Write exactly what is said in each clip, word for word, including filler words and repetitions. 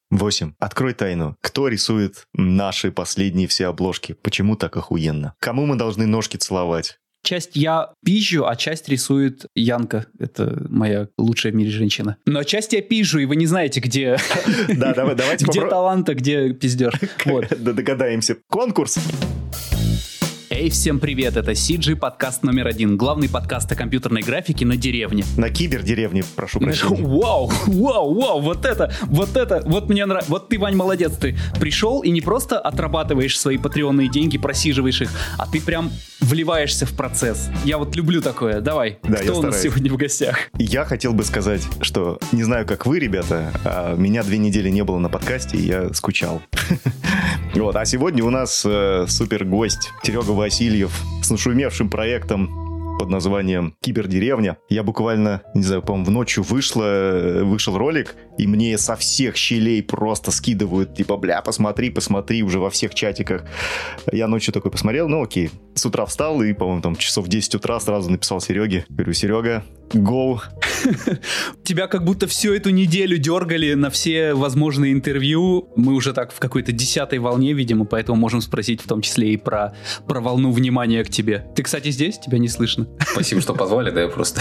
восемь. Открой тайну. Кто рисует наши последние все обложки? Почему так охуенно? Кому мы должны ножки целовать? Часть я пизжу, а часть рисует Янка. Это моя лучшая в мире женщина. Но часть я пизжу, и вы не знаете, где... Да, давайте Где талант, а где пиздеж. Да догадаемся. Конкурс. Эй, всем привет, это си джи подкаст номер один, главный подкаст о компьютерной графике на деревне. На кибердеревне, прошу прощения. Вау, вау, вау, вот это, вот это, вот мне нравится, вот ты, Вань, молодец, ты пришел и не просто отрабатываешь свои патреонные деньги, просиживаешь их, а ты прям вливаешься в процесс. Я вот люблю такое, давай, да, кто у нас сегодня в гостях? Я хотел бы сказать, что не знаю, как вы, ребята, а меня две недели не было на подкасте, и я скучал. Вот, а сегодня у нас э, супер гость Серега Васильев с нашумевшим проектом под названием «Кибердеревня». Я буквально, не знаю, по-моему, в ночью вышло, вышел ролик, и мне со всех щелей просто скидывают, типа, бля, посмотри, посмотри, уже во всех чатиках. Я ночью такой посмотрел, ну окей. С утра встал и, по-моему, там часов в десять утра сразу написал Сереге. Говорю, Серега, go. Тебя как будто всю эту неделю дергали на все возможные интервью. Мы уже так в какой-то десятой волне, видимо, поэтому можем спросить в том числе и про, про волну внимания к тебе. Ты, кстати, здесь? Тебя не слышно. Спасибо, что позвали, да, я просто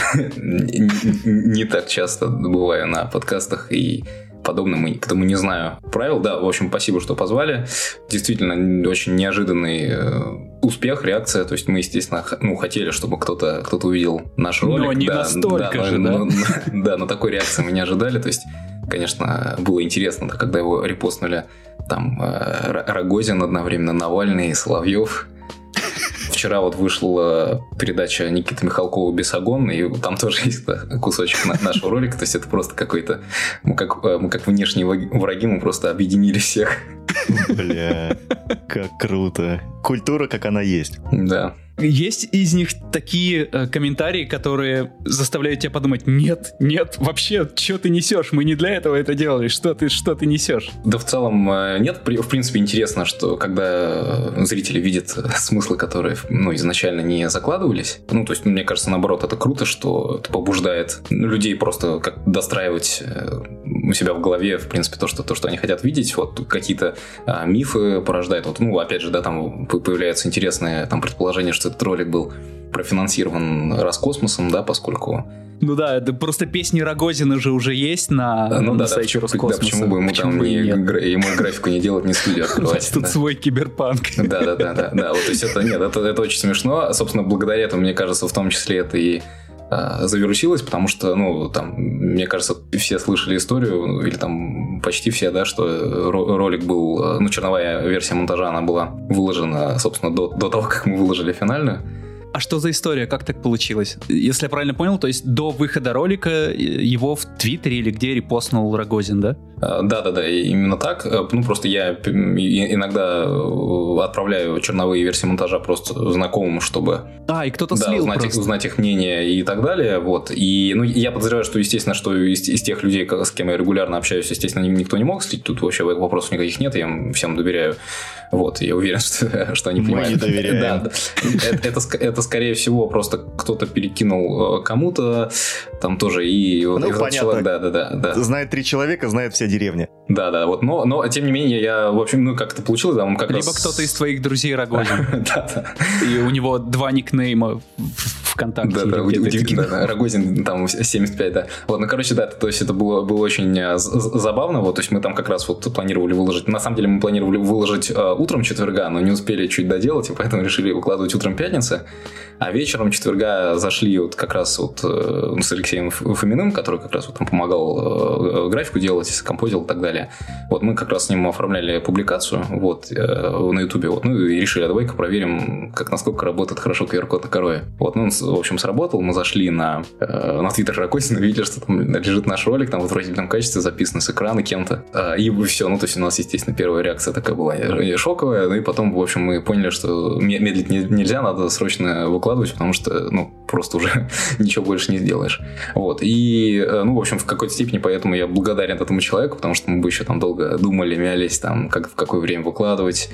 не так часто бываю на подкастах и подобным, и потому не знаю правил. Да, в общем, спасибо, что позвали. Действительно, очень неожиданный э, успех, реакция. То есть мы, естественно, х- ну, хотели, чтобы кто-то, кто-то увидел наш ролик. Но не да, настолько да, же, но, да? Но, да, но такой реакции мы не ожидали. То есть, конечно, было интересно, да, когда его репостнули там э, Рогозин одновременно, Навальный, Соловьев. Вчера вот вышла передача Никиты Михалкова «Бесогон», и там тоже есть кусочек нашего ролика, то есть это просто какой-то... Мы как, мы как внешние враги, мы просто объединили всех. Бля, как круто. Культура, как она есть. Да. Есть из них такие э, комментарии, которые заставляют тебя подумать: нет, нет, вообще, что ты несешь? Мы не для этого это делали. Что ты, что ты несешь? Да в целом э, нет. В принципе, интересно, что когда зрители видят смыслы, которые, ну, изначально не закладывались. Ну, то есть, мне кажется, наоборот, это круто, что это побуждает людей просто как достраивать э, у себя в голове, в принципе, то, что, то, что они хотят видеть. Вот какие-то э, мифы порождает. Вот, ну, опять же, да, там появляются интересные там предположения, что этот ролик был профинансирован Роскосмосом, да, поскольку... Ну да, это просто песни Рогозина же уже есть на, ну, на да, сайте да, Роскосмоса. Да, почему бы ему почему там не, гра- ему графику не делать, не студию открывать? Тут да. свой киберпанк. Да, да, да, да, да. Вот, то есть это нет, это, это очень смешно. Собственно, благодаря этому, мне кажется, в том числе это и а, завирусилось, потому что, ну, там, мне кажется, все слышали историю, или там почти все, да, что ролик был, ну, черновая версия монтажа, она была выложена, собственно, до, до того, как мы выложили финальную. А что за история? Как так получилось? Если я правильно понял, то есть до выхода ролика его в Твиттере или где репостнул Рогозин, да? Да-да-да, именно так. Ну, просто я иногда отправляю черновые версии монтажа просто знакомым, чтобы... А, и кто-то да, слил узнать, просто. узнать их мнение и так далее. Вот. И ну, я подозреваю, что, естественно, что из, из тех людей, с кем я регулярно общаюсь, естественно, никто не мог слить. Тут вообще вопросов никаких нет, я им всем доверяю. Вот, я уверен, что, что они понимают. Мы не доверяем. Да, это, это, это, скорее всего, просто кто-то перекинул кому-то, там тоже, и... Ну, и понятно. Человек, да, да, да, да. Знает три человека, знает вся деревня. Да, да, вот, но, но, тем не менее, я, в общем, ну, как это получилось, да, он как Либо раз... кто-то из твоих друзей Рогозин. Да, да. И у него два никнейма в ВКонтакте. Да, да, удивительно, да, Рогозин там семьдесят пять, да. Вот, ну, короче, да, то есть это было, было очень забавно, вот, то есть мы там как раз вот планировали выложить, на самом деле мы планировали выложить э, утром четверга, но не успели чуть доделать, и поэтому решили выкладывать утром пятницы, а вечером четверга зашли вот как раз вот э, с Алексеем Фоминым, который как раз вот там помогал э, графику делать, композил и так далее. Вот мы как раз с ним оформляли публикацию, вот, э, на Ютубе, вот, ну, и решили, а давай-ка проверим, как, насколько работает хорошо ку ар код на корове. Вот, ну, он, в общем, сработал, мы зашли на, э, на твиттер Рогозина, видели, что там лежит наш ролик, там в отвратительном качестве записан с экрана кем-то, э, и все, ну, то есть у нас, естественно, первая реакция такая была шоковая, ну, и потом, в общем, мы поняли, что медлить нельзя, надо срочно выкладывать, потому что, ну, просто уже ничего больше не сделаешь. Вот, и, ну, в общем, в какой-то степени поэтому я благодарен этому человеку, потому что мы бы еще там долго думали, мялись, там, как, в какое время выкладывать,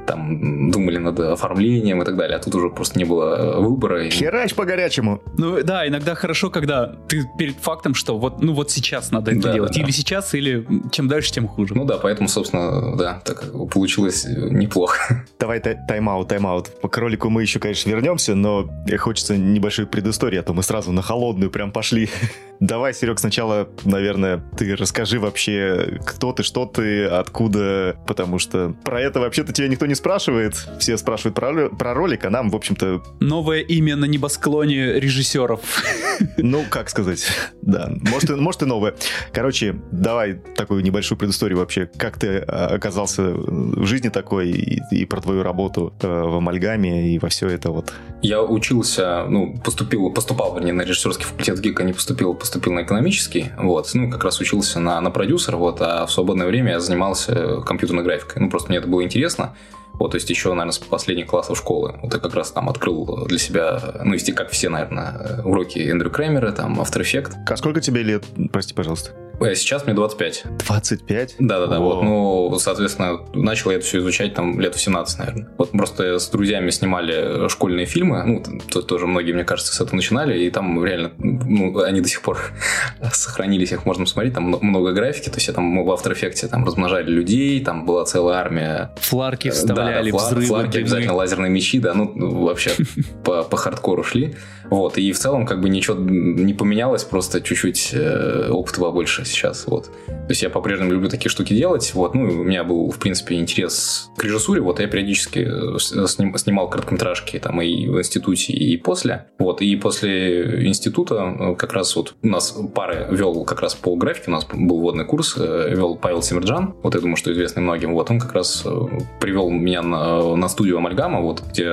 там думали над оформлением и так далее, а тут уже просто не было выбора. И... Херач по-горячему. Ну да, иногда хорошо, когда ты перед фактом, что вот, ну вот сейчас надо это да, делать. Да, или да. сейчас, или чем дальше, тем хуже. Ну да, поэтому, собственно, да, так получилось неплохо. Давай тайм-аут, тайм-аут. По кролику мы еще, конечно, вернемся, но хочется небольшой предыстории, а то мы сразу на холодную прям пошли. Давай, Серег, сначала, наверное, ты расскажи вообще, кто ты, что ты, откуда, потому что про это вообще-то тебя никто не спрашивает. Все спрашивают про, про ролик, а нам, в общем-то... Новое имя на небосклоне режиссеров. Ну, как сказать, да, может и, может и новое. Короче, давай такую небольшую предысторию вообще, как ты оказался в жизни такой, и, и про твою работу в Амальгаме, и во все это вот. Я учился, ну, поступил, поступал, вернее, на режиссерский факультет ГИКа, не поступил, поступил на экономический, вот, ну, как раз учился на, на продюсера, вот, а в свободное время я занимался компьютерной графикой, ну, просто мне это было интересно. Вот, то есть еще, наверное, с последних классов школы. Вот я как раз там открыл для себя, ну, вести, как все, наверное, уроки Эндрю Крэмера, там, After Effects. А сколько тебе лет? Прости, пожалуйста. Сейчас мне двадцать пять. двадцать пять? Да-да-да, О. вот, ну, соответственно, начал я это все изучать там лет в семнадцать, наверное. Вот просто с друзьями снимали школьные фильмы, ну, тут тоже многие, мне кажется, с этого начинали, и там реально, ну, они до сих пор сохранились, их можно посмотреть, там много графики, то есть я там в After Effects там размножали людей, там была целая армия. Фларки вставляли, да, да, взрывы. Фларки, обязательно лазерные мечи, да, ну, вообще по, по хардкору шли. Вот, и в целом как бы ничего не поменялось, просто чуть-чуть э, опыта побольше сейчас, вот. То есть я по-прежнему люблю такие штуки делать, вот, ну, у меня был, в принципе, интерес к режиссуре, вот, я периодически сним, снимал короткометражки там и в институте, и после, вот, и после института как раз вот у нас пары вел как раз по графике, у нас был вводный курс, вел Павел Семерджан, вот, я думаю, что известный многим, вот, он как раз привел меня на, на студию Амальгама, вот, где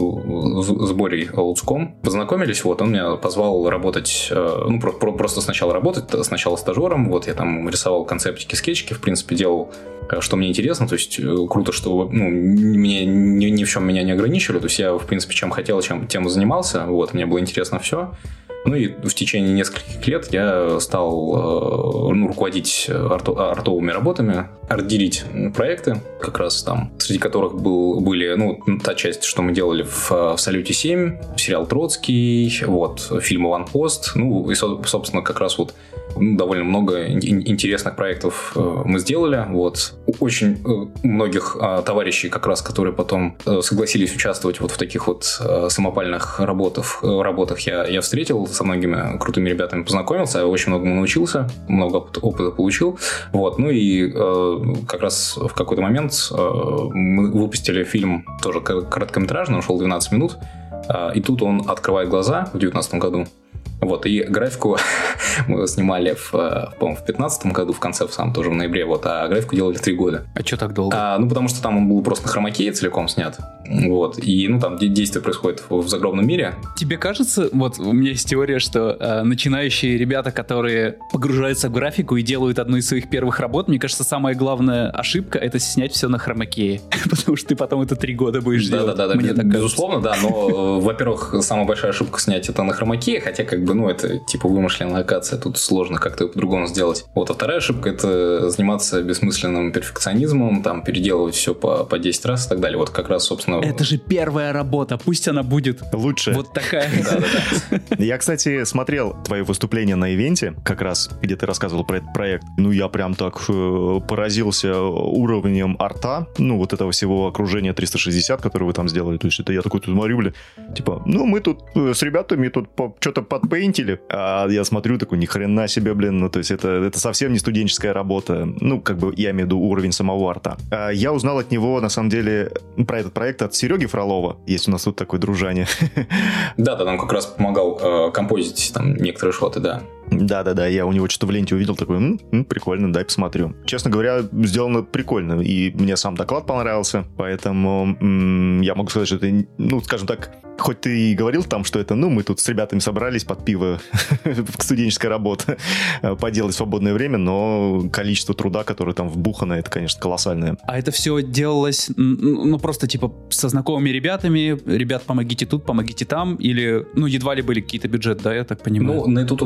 с Борей Луцком познакомились, вот, он меня позвал работать, ну, про, про, просто сначала работать, сначала стажером, вот, я там рисовал концептики, скетчики, в принципе, делал, что мне интересно, то есть круто, что, ну, мне ни, ни в чем меня не ограничивали, то есть я, в принципе, чем хотел, чем тем занимался, вот, мне было интересно все. Ну и в течение нескольких лет я стал, ну, руководить арто- артовыми работами, арт-дилить проекты, как раз там, среди которых был, были, ну, та часть, что мы делали в, в «Салюте семь», сериал «Троцкий», вот, фильм «Аванпост», ну и, собственно, как раз вот довольно много интересных проектов мы сделали. Вот. Очень многих товарищей, как раз, которые потом согласились участвовать вот в таких вот самопальных работах, работах я, я встретил, со многими крутыми ребятами познакомился, очень многому научился, много опыта получил. Вот. Ну и как раз в какой-то момент мы выпустили фильм, тоже короткометражный, он шел двенадцать минут, и тут он открывает глаза в две тысячи девятнадцатом году. Вот, и графику мы снимали в, по-моему, в пятнадцатом году, в конце, в самом тоже в ноябре, вот, а графику делали три года. А что так долго? А, ну, потому что там он был просто на хромакее целиком снят, вот, и, ну, там действие происходит в, в загробном мире. Тебе кажется, вот, у меня есть теория, что э, начинающие ребята, которые погружаются в графику и делают одну из своих первых работ, мне кажется, самая главная ошибка — это снять все на хромакее, потому что ты потом это три года будешь да, делать. Да-да-да, мне без, безусловно, да, но, во-первых, самая большая ошибка снять это на хромакее, хотя, как бы, ну, это типа вымышленная локация, тут сложно как-то по-другому сделать. Вот, а вторая ошибка — это заниматься бессмысленным перфекционизмом, там, переделывать все по, по десять раз и так далее. Вот как раз, собственно... Это же первая работа, пусть она будет лучше. Вот такая. Я, кстати, смотрел твое выступление на ивенте, как раз, где ты рассказывал про этот проект. Ну, я прям так поразился уровнем арта, ну, вот этого всего окружения триста шестьдесят, которое вы там сделали. То есть это я такой тут смотрю, блин, типа, ну, мы тут с ребятами тут что-то подпейнтили, а я смотрю, такой, ни хрена себе, блин, ну, то есть это, это совсем не студенческая работа, ну, как бы, я имею в виду уровень самого арта. А я узнал от него, на самом деле, про этот проект от Сереги Фролова, есть у нас тут такое дружание. Да-да, нам как раз помогал э, композить там некоторые шоты, да. Да-да-да, я у него что-то в ленте увидел, такой, м-м, м, прикольно, дай посмотрю. Честно говоря, сделано прикольно, и мне сам доклад понравился, поэтому м- я могу сказать, что это, ну, скажем так, хоть ты и говорил там, что это, ну, мы тут с ребятами собрались под пиво студенческая работа поделать в свободное время, но количество труда, которое там вбухано, это, конечно, колоссальное. А это все делалось, ну, просто, типа, со знакомыми ребятами, ребят, помогите тут, помогите там, или, ну, едва ли были какие-то бюджеты, да, я так понимаю? Ну, на тут он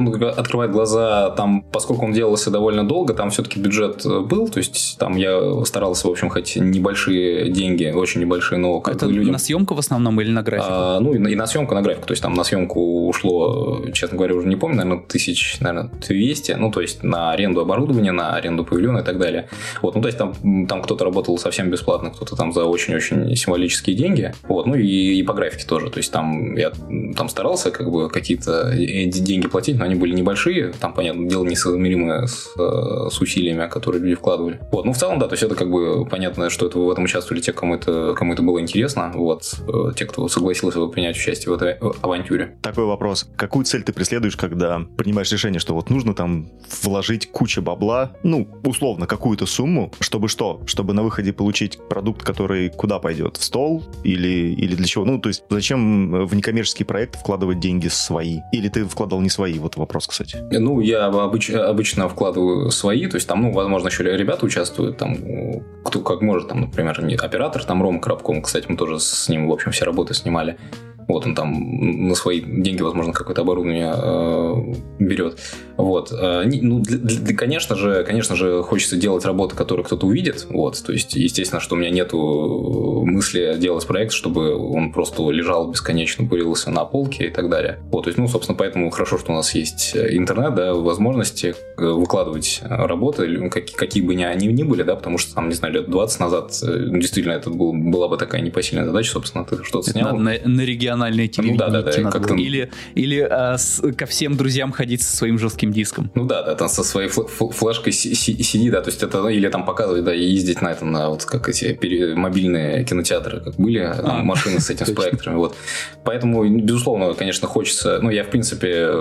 закрывать глаза, там, поскольку он делался довольно долго, там все-таки бюджет был, то есть там я старался, в общем, хоть небольшие деньги, очень небольшие, но как это бы людям... на съемку в основном или на графику? А, ну, и на, и на съемку, на графику, то есть там на съемку ушло, честно говоря, уже не помню, наверное, тысяч, наверное, двести, ну, то есть на аренду оборудования, на аренду павильона и так далее. Вот, ну, то есть там, там кто-то работал совсем бесплатно, кто-то там за очень-очень символические деньги, вот, ну, и, и по графике тоже, то есть там я там старался как бы какие-то деньги платить, но они были небольшие, там, понятное дело, несоизмеримые с, с усилиями, которые люди вкладывали. Вот, ну, в целом, да, то есть это как бы понятно, что это в этом участвовали те, кому это, кому это было интересно, вот, те, кто согласился принять участие в этой авантюре. Такой вопрос. Какую цель ты преследуешь, когда принимаешь решение, что вот нужно там вложить кучу бабла, ну, условно, какую-то сумму, чтобы что? Чтобы на выходе получить продукт, который куда пойдет? В стол? Или, или для чего? Ну, то есть зачем в некоммерческий проект вкладывать деньги свои? Или ты вкладывал не свои? Вот вопрос, кстати. Ну, я обыч, обычно вкладываю свои, то есть там, ну, возможно, еще ребята участвуют, там, кто как может, там, например, оператор, там, Рома Коробком, кстати, мы тоже с ним, в общем, все работы снимали. Вот он там на свои деньги, возможно, какое-то оборудование э, берет. Вот. Э, ну, для, для, конечно же, конечно же, хочется делать работы, которые кто-то увидит. Вот. То есть, естественно, что у меня нету мысли делать проект, чтобы он просто лежал бесконечно, пылился на полке и так далее. Вот. То есть, ну, собственно, поэтому хорошо, что у нас есть интернет, да, возможности выкладывать работы, какие, какие бы они ни были, да, потому что, там, не знаю, лет двадцать назад действительно это был, была бы такая непосильная задача, собственно, ты что-то снял. На, на региональном телевидение. Ну, да, да, да, как-то... Или, или а, с, ко всем друзьям ходить со своим жестким диском. Ну да, да, там со своей фл- фл- флешкой сиди, да, то есть это, или там показывать, да, ездить на этом, на вот как эти пере- мобильные кинотеатры, как были, там, а, машины с этим, с проекторами, вот. Поэтому, безусловно, конечно, хочется, ну, я, в принципе,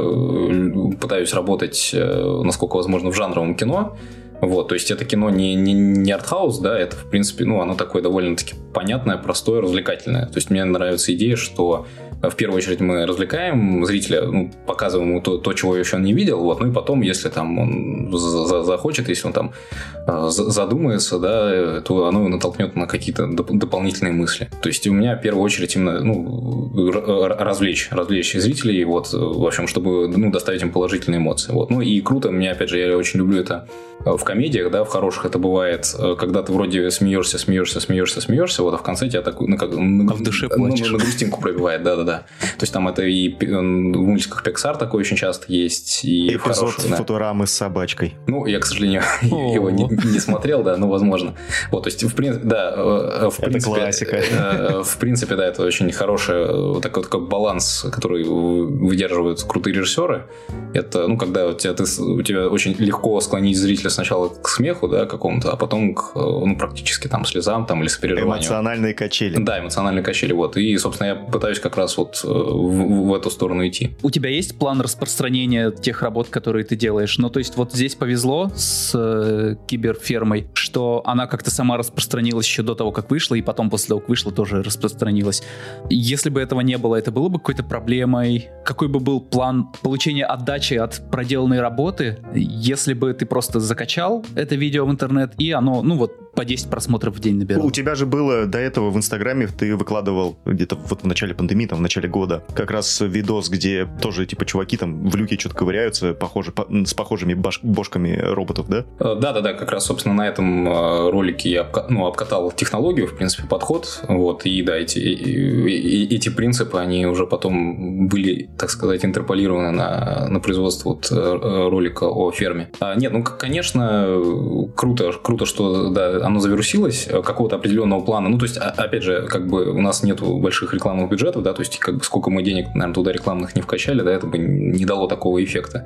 пытаюсь работать, насколько возможно, в жанровом кино. Вот, то есть это кино не, не, не артхаус, да, это, в принципе, ну, оно такое довольно-таки понятное, простое, развлекательное. То есть мне нравится идея, что в первую очередь мы развлекаем зрителя, ну, показываем ему то, то, чего еще он не видел, вот, ну и потом, если там он за- захочет, если он там э, задумается, да, то оно его натолкнет на какие-то доп- дополнительные мысли. То есть у меня в первую очередь именно, ну, р- развлечь, развлечь зрителей, вот, в общем, чтобы, ну, доставить им положительные эмоции, вот. Ну и круто, мне, опять же, я очень люблю это в комедиях, да, в хороших это бывает, когда ты вроде смеешься, смеешься, смеешься, смеешься, вот, а в конце тебя так, ну, как, на, а в душе ну, плачешь. на грустинку пробивает, да-да-да. То есть там это и в мультиках Pixar такой очень часто есть, и эпизод хороший, да. Футурамы с собачкой. Ну, я, к сожалению, его не, не смотрел, да, но возможно. Вот, то есть, в принципе, да, в это принципе... классика. В принципе, да, это очень хороший такой, такой баланс, который выдерживают крутые режиссеры. Это, ну, когда у тебя, ты, у тебя очень легко склонить зрителя сначала к смеху, да, какому-то, а потом к, ну, практически там слезам, там, или сопереживанию. Эмоциональные качели. Да, эмоциональные качели, вот. И, собственно, я пытаюсь как раз вот в, в эту сторону идти. У тебя есть план распространения тех работ, которые ты делаешь? Ну, то есть вот здесь повезло с э, киберфермой, что она как-то сама распространилась еще до того, как вышла, и потом после того, как вышла, тоже распространилась. Если бы этого не было, это было бы какой-то проблемой? Какой бы был план получения отдачи от проделанной работы, если бы ты просто закачал это видео в интернет, и оно, ну вот, по десять просмотров в день набирало? У тебя же было до этого в Инстаграме, ты выкладывал где-то вот в начале пандемии, там, в начале года, как раз видос, где тоже, типа, чуваки там в люке что-то ковыряются, похоже, по, с похожими баш, бошками роботов, да? Да-да-да, как раз, собственно, на этом ролике я обка- ну, обкатал технологию, в принципе, подход, вот, и да, эти, и, и, эти принципы, они уже потом были, так сказать, интерполированы на, на производство вот ролика о ферме. А, нет, ну, конечно, круто, круто, что, да, оно завирусилось, какого-то определенного плана, ну, то есть, опять же, как бы у нас нету больших рекламных бюджетов, да, то есть, как бы сколько мы денег, наверное, туда рекламных не вкачали, да, это бы не дало такого эффекта.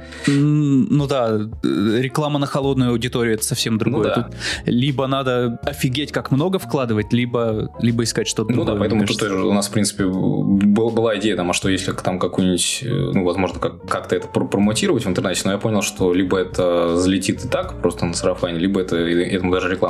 Ну да, реклама на холодную аудиторию — это совсем другое. Ну, да. Тут либо надо офигеть, как много вкладывать, либо, либо искать что-то ну, другое. Ну да, поэтому тут тоже у нас, в принципе, была идея, там, а что если там какую-нибудь, ну, возможно, как- как-то это промотировать в интернете, но я понял, что либо это залетит и так, просто на сарафане, либо это, этому даже реклама не поможет.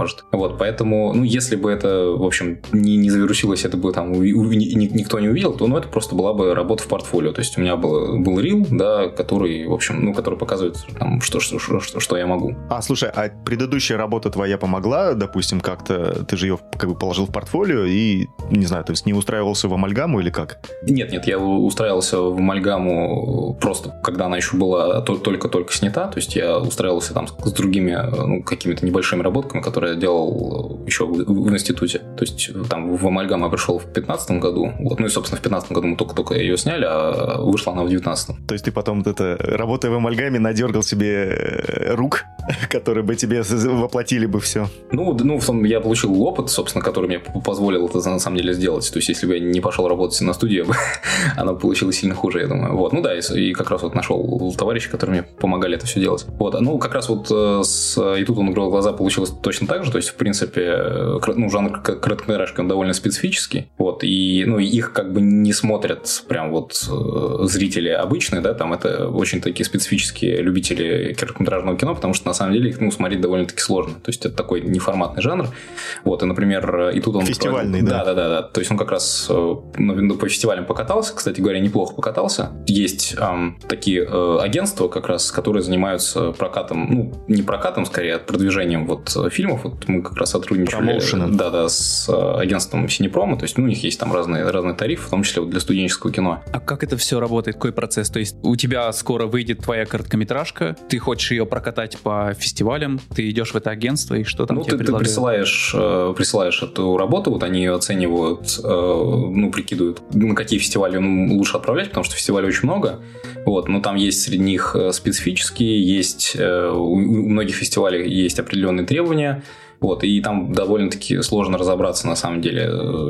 может. Вот, поэтому, ну, если бы это, в общем, не, не завирусилось, это бы там у, у, никто не увидел, то, ну, это просто была бы работа в портфолио. То есть у меня был, был рил, да, который, в общем, ну, который показывает, там, что, что, что, что я могу. А, слушай, а предыдущая работа твоя помогла, допустим, как-то, ты же ее как бы положил в портфолио и, не знаю, то есть не устраивался в Амальгаму или как? Нет, нет, я устраивался в Амальгаму просто, когда она еще была только-только снята, то есть я устраивался там с другими, ну, какими-то небольшими работками, которые я делал еще в, в институте. То есть там в Амальгаму я пришел в пятнадцатом году, вот, ну и, собственно, в пятнадцатом году мы только-только ее сняли, а вышла она в девятнадцатом. То есть ты потом, вот это, работая в Амальгаме, надергал себе рук, которые бы тебе воплотили бы все? Ну, ну, я получил опыт, собственно, который мне позволил это на самом деле сделать. То есть, если бы я не пошел работать на студию, она получилась сильно хуже, я думаю. Вот, ну да, и, и как раз вот нашел товарища, которые мне помогали это все делать. Вот, ну, как раз вот с «И тут он играл глаза» получилось точно так же. То есть, в принципе, ну, жанр короткометражки, он довольно специфический. Вот, и, ну, их как бы не смотрят прям вот зрители обычные, да, там это очень такие специфические любители короткометражного кино, потому что на самом деле их, ну, смотреть довольно-таки сложно. То есть, это такой неформатный жанр. Вот, и, например, и тут он... Фестивальный, да? Да, да, да. То есть, он как раз ну, по фестивалям покатался, кстати говоря, неплохо покатался. Есть эм, такие э, агентства, как раз, которые занимаются прокатом, ну, не прокатом, скорее, а продвижением вот фильмов. Вот мы как раз сотрудничали... Промоушеном. Да, да, с агентством Синепрома. То есть, ну, у них есть там разные, разные тарифы, в том числе вот для студенческого кино. А как это все работает? Какой процесс? То есть, у тебя скоро выйдет твоя короткометражка, ты хочешь ее прокатать по фестивалям, ты идешь в это агентство, и что там ну, тебе ты, ты присылаешь, э, присылаешь эту работу, вот они ее оценивают, э, ну, прикидывают, на какие фестивали лучше отправлять, потому что фестивалей очень много. Вот, но там есть среди них специфические, есть э, у, у многих фестивалей есть определенные требования. Вот, и там довольно-таки сложно разобраться, на самом деле,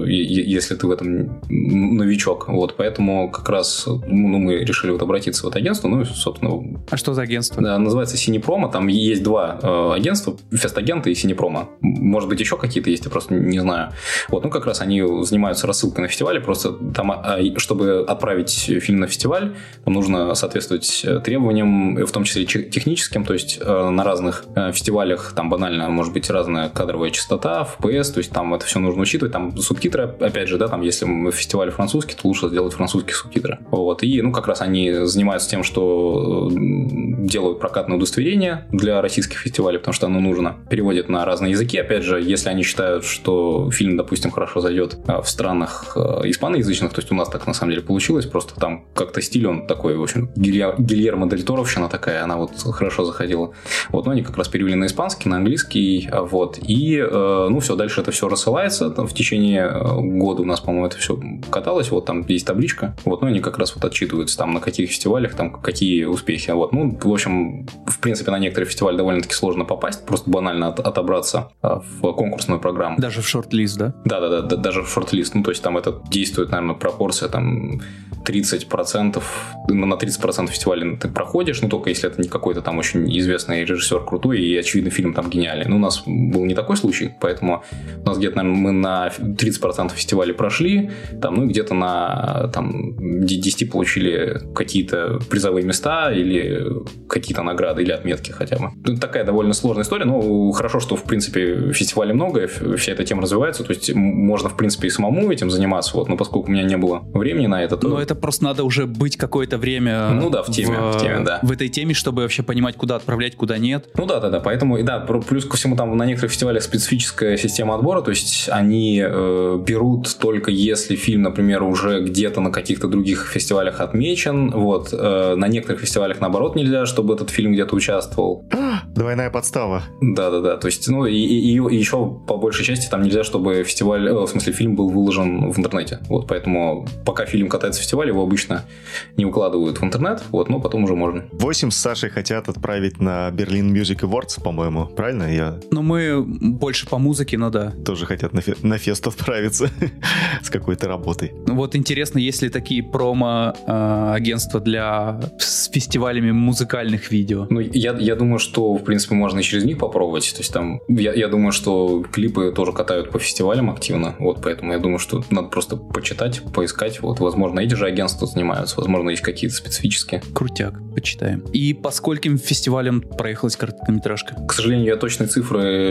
если ты в этом новичок. Вот, поэтому как раз ну, мы решили вот обратиться в это агентство. Ну, и, собственно... А что за агентство? Да, называется Синепрома. Там есть два э, агентства, Фестагенты и Синепрома. Может быть, еще какие-то есть, я просто не знаю. Вот, ну, как раз они занимаются рассылкой на фестивале. Просто там, чтобы отправить фильм на фестиваль, нужно соответствовать требованиям, в том числе техническим. То есть, э, на разных э, фестивалях там банально может быть разная кадровая частота, эф пи эс, то есть там это все нужно учитывать, там субтитры, опять же, да, там если в фестивале французский, то лучше сделать французские субтитры. Вот, и, ну, как раз они занимаются тем, что делают прокатное удостоверение для российских фестивалей, потому что оно нужно, переводят на разные языки, опять же, если они считают, что фильм, допустим, хорошо зайдет в странах испаноязычных, то есть у нас так на самом деле получилось, просто там как-то стиль он такой, в общем, Гильермо дель Торовщина такая, она вот хорошо заходила. Вот, но они как раз перевели на испанский, на английский, вот. И, э, ну, все, дальше это все рассылается. Там в течение года у нас, по-моему, это все каталось. Вот там есть табличка. Вот, ну, они как раз вот отчитываются, там, на каких фестивалях, там, какие успехи. Вот, ну, в общем, в принципе, на некоторые фестивали довольно-таки сложно попасть, просто банально от, отобраться в конкурсную программу. Даже в шорт-лист, да? Да-да-да, даже в шорт-лист. Ну, то есть, там это действует, наверное, пропорция, там, тридцать процентов, на тридцать процентов фестиваля ты проходишь, ну, только если это не какой-то там очень известный режиссер крутой, и, очевидно, фильм там гениальный. Ну, у нас был не такой случай, поэтому у нас где-то, наверное, мы на тридцать процентов фестиваля прошли, там, ну, и где-то на там, десять получили какие-то призовые места или какие-то награды или отметки хотя бы. Это такая довольно сложная история, но хорошо, что, в принципе, фестивалей много, вся эта тема развивается, то есть можно, в принципе, и самому этим заниматься, вот, но поскольку у меня не было времени на это, то... Но это просто надо уже быть какое-то время... Ну да, в теме, в, в теме, да. В этой теме, чтобы вообще понимать, куда отправлять, куда нет. Ну да-да-да, поэтому, и да, плюс ко всему там на некоторых фестивалях специфическая система отбора, то есть они э, берут только если фильм, например, уже где-то на каких-то других фестивалях отмечен, вот, э, на некоторых фестивалях, наоборот, нельзя, чтобы этот фильм где-то участвовал. Двойная подстава. Да-да-да, то есть, ну, и, и, и еще по большей части там нельзя, чтобы фестиваль, э, в смысле, фильм был выложен в интернете, вот, поэтому пока фильм катается в фестивале, его обычно не укладывают в интернет, вот, но потом уже можно. Восемь с Сашей хотят отправить на Berlin Music Awards, по-моему, правильно? Я... Но мы больше по музыке, но да. Тоже хотят на, фе- на фест отправиться с какой-то работой. Вот интересно, есть ли такие промо-агентства для с фестивалями музыкальных видео? Ну, я, я думаю, что, в принципе, можно и через них попробовать. То есть там, я, я думаю, что клипы тоже катают по фестивалям активно, вот, поэтому я думаю, что надо просто почитать, поискать, вот, возможно, эти же агентства занимаются, возможно, есть какие-то специфические. Крутяк, почитаем. И по скольким фестивалям проехалась короткометражка? К сожалению, я точные цифры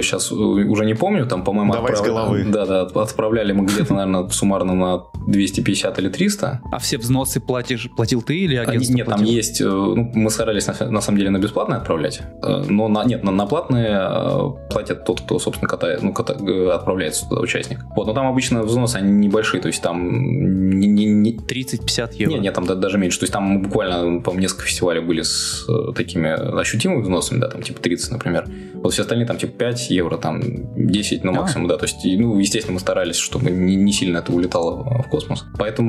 сейчас уже не помню, там, по-моему, Давай отправ... с головы. Да, да, отправляли мы где-то, наверное, суммарно на двести пятьдесят или триста. А все взносы платишь, платил ты или А, агентство нет, платило? там есть, ну, мы старались на, на самом деле на бесплатное отправлять, но на, нет, на, на платные платят тот, кто, собственно, катает, ну, ката, отправляется туда участник. Вот, но там обычно взносы, они небольшие, то есть там не, не, не... тридцать-пятьдесят евро. Нет, нет, там даже меньше, то есть там буквально, по-моему, несколько фестивалей были с такими ощутимыми взносами, да, там типа тридцать, например. Вот все остальные там типа пять евро, там десять, ну, максимум, а. да, то есть, ну, естественно, мы старались, чтобы не, не сильно это улетало в космос.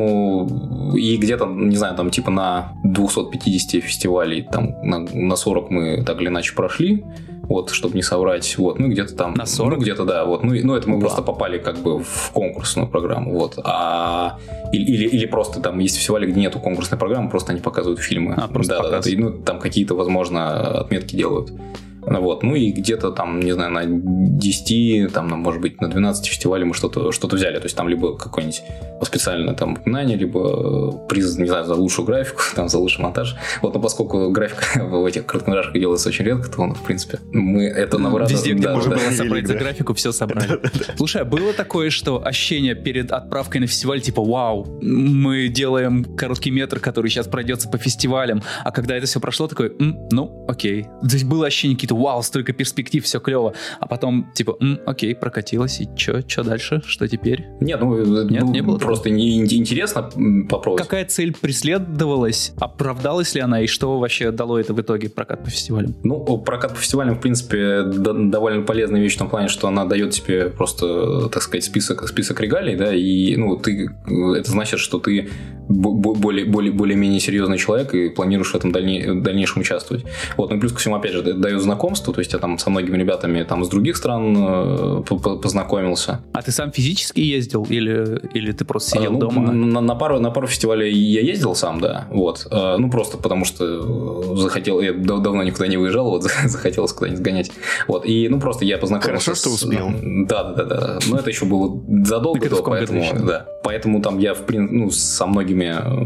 Поэтому и где-то, не знаю, там типа на двести пятьдесят фестивалей, там на, на сорок мы так или иначе прошли, вот, чтобы не соврать, вот, ну, где-то там... На сорок? Ну, где-то, да, вот, ну, ну это мы Ура. просто попали как бы в конкурсную программу, вот, а... Или, или, или просто там есть фестивали, где нету конкурсной программы, просто они показывают фильмы. А, просто да, показывают. да, да, ну, там какие-то, возможно, отметки делают. Вот, ну и где-то там, не знаю, на десяти, там, на, может быть, на двенадцати фестивалей мы что-то, что-то взяли. То есть там либо какое-нибудь специальное там упоминание, либо приз, не знаю, за лучшую графику, там, за лучший монтаж. Вот, но поскольку графика в этих короткометражках делается очень редко, то, ну, в принципе, мы это набрали. Везде, где да, можно да, было да. собрать за графику, все собрали. Слушай, а было такое, что ощущение перед отправкой на фестиваль, типа, вау, мы делаем короткий метр, который сейчас пройдется по фестивалям, а когда это все прошло, такой, м, ну, окей. То есть было ощущение какие-то, вау, столько перспектив, все клево, а потом, типа, м, окей, прокатилось, и чё, чё дальше, что теперь? Нет, ну, Нет, ну, не было просто не, интересно попробовать. Какая цель преследовалась, оправдалась ли она, и что вообще дало это в итоге, прокат по фестивалям? Ну, прокат по фестивалям, в принципе, д- довольно полезная вещь в том плане, что она дает тебе просто, так сказать, список, список регалий, да, и, ну, ты, это значит, что ты б- более, более, более-менее серьезный человек и планируешь в этом дальне- в дальнейшем участвовать. Вот, ну, и плюс ко всему, опять же, дает знакомство, то есть я там со многими ребятами там с других стран э, познакомился. А ты сам физически ездил или, или ты просто сидел а, ну, дома? На, на, пару, на пару фестивалей я ездил сам, да, вот, а, ну, просто потому что захотел, я дав- давно никуда не выезжал, вот, захотелось куда-нибудь сгонять, вот, и, ну, просто я познакомился. Хорошо, что успел. Да, да, да, да, но это еще было задолго до, поэтому, да, поэтому там я, в принципе, ну, со многими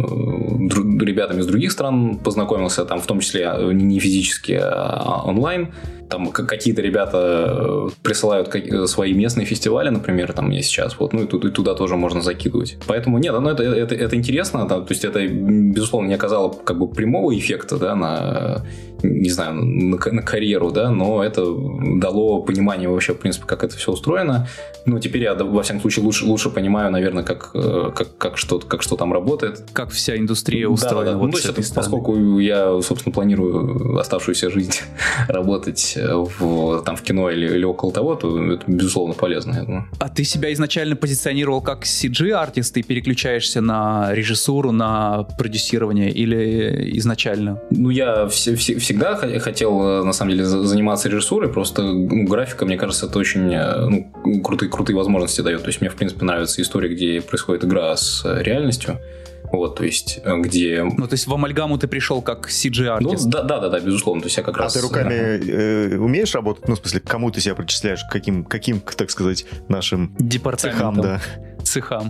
дру- ребятами из других стран познакомился, там, в том числе не физически, а онлайн. Там какие-то ребята присылают свои местные фестивали, например, там я сейчас, вот, ну и, тут, и туда тоже можно закидывать. Поэтому нет, ну это, это, это интересно, да, то есть это, безусловно, не оказало как бы прямого эффекта, да, на, не знаю, на, на карьеру, да, но это дало понимание вообще, в принципе, как это все устроено. Ну, теперь я, во всяком случае, лучше, лучше понимаю, наверное, как, как, как, что, как что там работает. Как вся индустрия устроена. Да, да, вот ну, то есть это, поскольку я, собственно, планирую оставшуюся жизнь работать в, там, в кино или, или около того, то это, безусловно, полезно, я думаю. А ты себя изначально позиционировал как си джи-артист и переключаешься на режиссуру, на продюсирование или изначально? Ну, я вс- вс- всегда хотел, на самом деле, заниматься режиссурой, просто ну, графика, мне кажется, это очень ну, крутые, крутые возможности дает. То есть мне, в принципе, нравится история, где происходит игра с реальностью. Вот, то есть, где... Ну, то есть в Амальгаму ты пришел как си джи-артист? Ну, да, да, да, да, безусловно. То есть я как а раз... ты руками э, умеешь работать? Ну, в смысле, к кому ты себя причисляешь? К каким, каким, так сказать, нашим цехам, да? Цехам.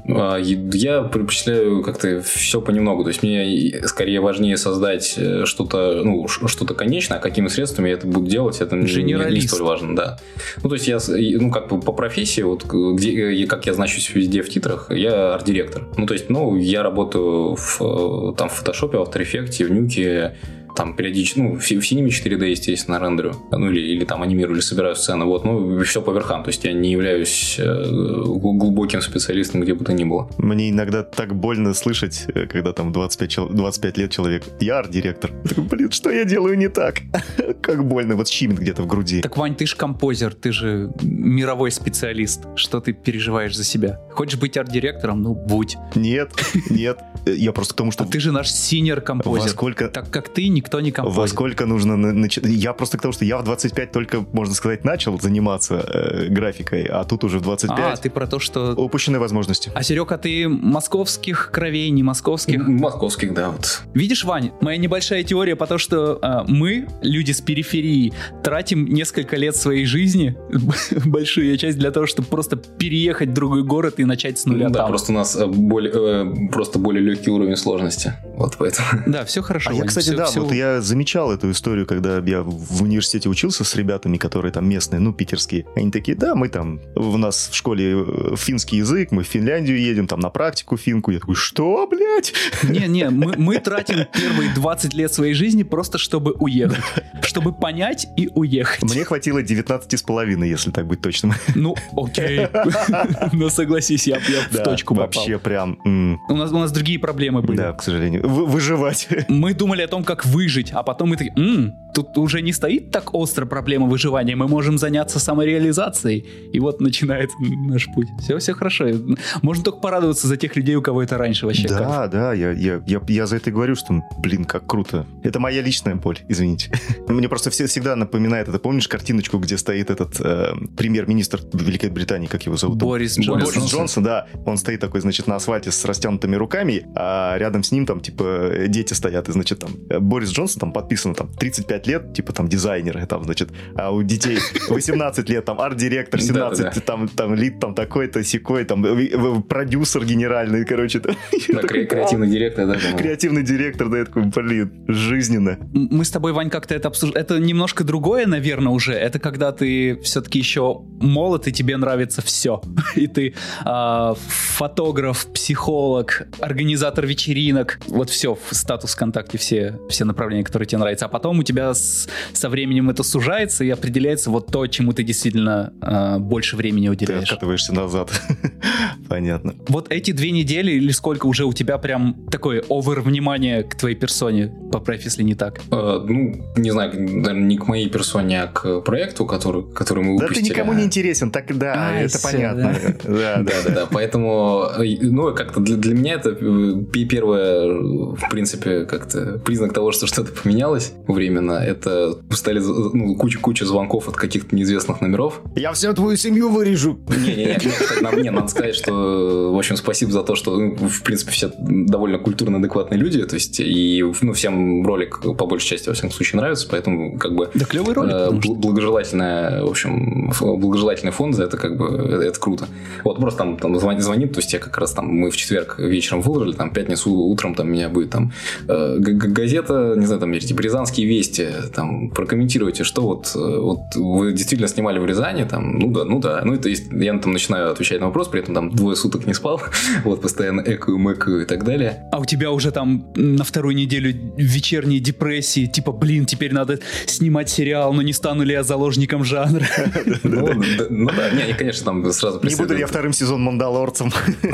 Я причисляю как-то все понемногу. То есть мне скорее важнее создать что-то, ну, что-то конечное, а какими средствами я это буду делать, это не, не столь важно, да. Ну, то есть я, ну, как бы по профессии, вот, где, как я значусь везде в титрах, я арт-директор. Ну, то есть, ну, я работаю в, там, в фотошопе, в After Effects, в нюке, там периодически, ну, в, в Cinema четыре дэ, естественно, рендерю, ну, или, или там анимирую, или собираю сцены, вот, ну, все по верхам, то есть я не являюсь э, глубоким специалистом, где бы то ни было. Мне иногда так больно слышать, когда там двадцать пять, двадцать пять лет человек, я арт-директор. Блин, что я делаю не так? Как больно, вот щемит где-то в груди. Так, Вань, ты же композер, ты же мировой специалист, что ты переживаешь за себя? Хочешь быть арт-директором? Ну, будь. Нет, нет, я просто к тому, что... А ты же наш синьор-композер. Во сколько... Так как ты, никто не композер. Во сколько нужно начать? Я просто к тому, что я в двадцать пять только, можно сказать, начал заниматься э, графикой, а тут уже в двадцать пять... А, ты про то, что... Упущенные возможности. А, Серег, а ты московских кровей, не московских? Московских, да, вот. Видишь, Вань, моя небольшая теория по тому, что э, мы, люди с периферии, тратим несколько лет своей жизни, большую ее часть, для того, чтобы просто переехать в другой город и начать с нуля Да, там. просто у нас более, э, просто более легкий уровень сложности. Вот поэтому. Да, все хорошо. А Ваня, я, кстати, все, да, все... вот я замечал эту историю, когда я в университете учился с ребятами, которые там местные, ну, питерские. Они такие, да, мы там, у нас в школе финский язык, мы в Финляндию едем, там на практику финку. Я такой, что, блядь? Не-не, мы, мы тратим первые двадцать лет своей жизни просто, чтобы уехать. Чтобы понять и уехать. Мне хватило девятнадцать с половиной, если так быть точным. Ну, окей. Но согласись, я в точку попал. Вообще прям... У нас у нас другие проблемы были. Да, к сожалению. Выживать. Мы думали о том, как выжить, а потом мы такие, м-м, тут уже не стоит так остро проблема выживания, мы можем заняться самореализацией. И вот начинается наш путь. Все, все хорошо. Можно только порадоваться за тех людей, у кого это раньше вообще. Да, кайф. да, я, я, я, я за это и говорю, что, блин, как круто. Это моя личная боль, извините. Мне просто все, всегда напоминает это. Помнишь картиночку, где стоит этот э, премьер-министр Великобритании, как его зовут? Борис Джонсон. Борис Джонсон, да. Он стоит такой, значит, на асфальте с растянутыми руками, а рядом с ним там, типа, дети стоят. И, значит, там, Борис Джонсон, там подписано, там, тридцать пять лет, типа, там, дизайнер, там, значит, а у детей восемнадцать лет, там, арт-директор, семнадцать, там, там, лид, там, такой-то, сякой, там, продюсер генеральный, короче. Креативный директор, да. Креативный директор, да, я такой, блин, жизненно. Мы с тобой, Вань, как-то это обсуждали. Это немножко другое, наверное, уже. Это когда ты все-таки еще молод, и тебе нравится все. И ты э, фотограф, психолог, организатор вечеринок. Вот все, статус ВКонтакте, все, все направления, которые тебе нравятся. А потом у тебя с, со временем это сужается и определяется вот то, чему ты действительно э, больше времени уделяешь. Ты откатываешься назад. Понятно. Вот эти две недели или сколько уже у тебя прям такое овер-внимание к твоей персоне? Поправь, если не так. Uh, ну, не знаю, наверное, не к моей персоне, а к проекту, который, который мы выпустили. Да ты никому не интересен, так да, а, это все, понятно. Да, да, да, да. Поэтому, ну, как-то для, для меня это первое, в принципе, как-то признак того, что что-то поменялось временно. Это стали ну, куча-куча звонков от каких-то неизвестных номеров. Я всю твою семью вырежу. Не-не-не, нам, не, надо сказать, что, в общем, спасибо за то, что, ну, в принципе, все довольно культурно адекватные люди, то есть, и, ну, всем ролик, по большей части, во всяком случае, нравится, поэтому, как бы... Да клевый ролик, э, бл- благожелательная, в общем, благожелательный фонд за это, как бы, это, это круто. Вот, просто там, там звонит, звонит, то есть, я как раз там, мы в четверг вечером выложили, там, в пятницу утром, там, у меня будет, там, э, газета, не знаю, там, типа, Рязанские вести, там, прокомментируйте, что вот, вот вы действительно снимали в Рязани, там, ну да, ну да, ну, это есть, я там начинаю отвечать на вопрос, при этом, там, двое суток не спал, вот, постоянно экаю, мэкаю и так далее. А у тебя уже там на вторую неделю вечерней депрессии, типа, блин, теперь надо снимать сериал, но не стану ли я заложником жанра? Ну да, не, конечно, там сразу преследует... Не буду ли я вторым сезон Мандалорцем?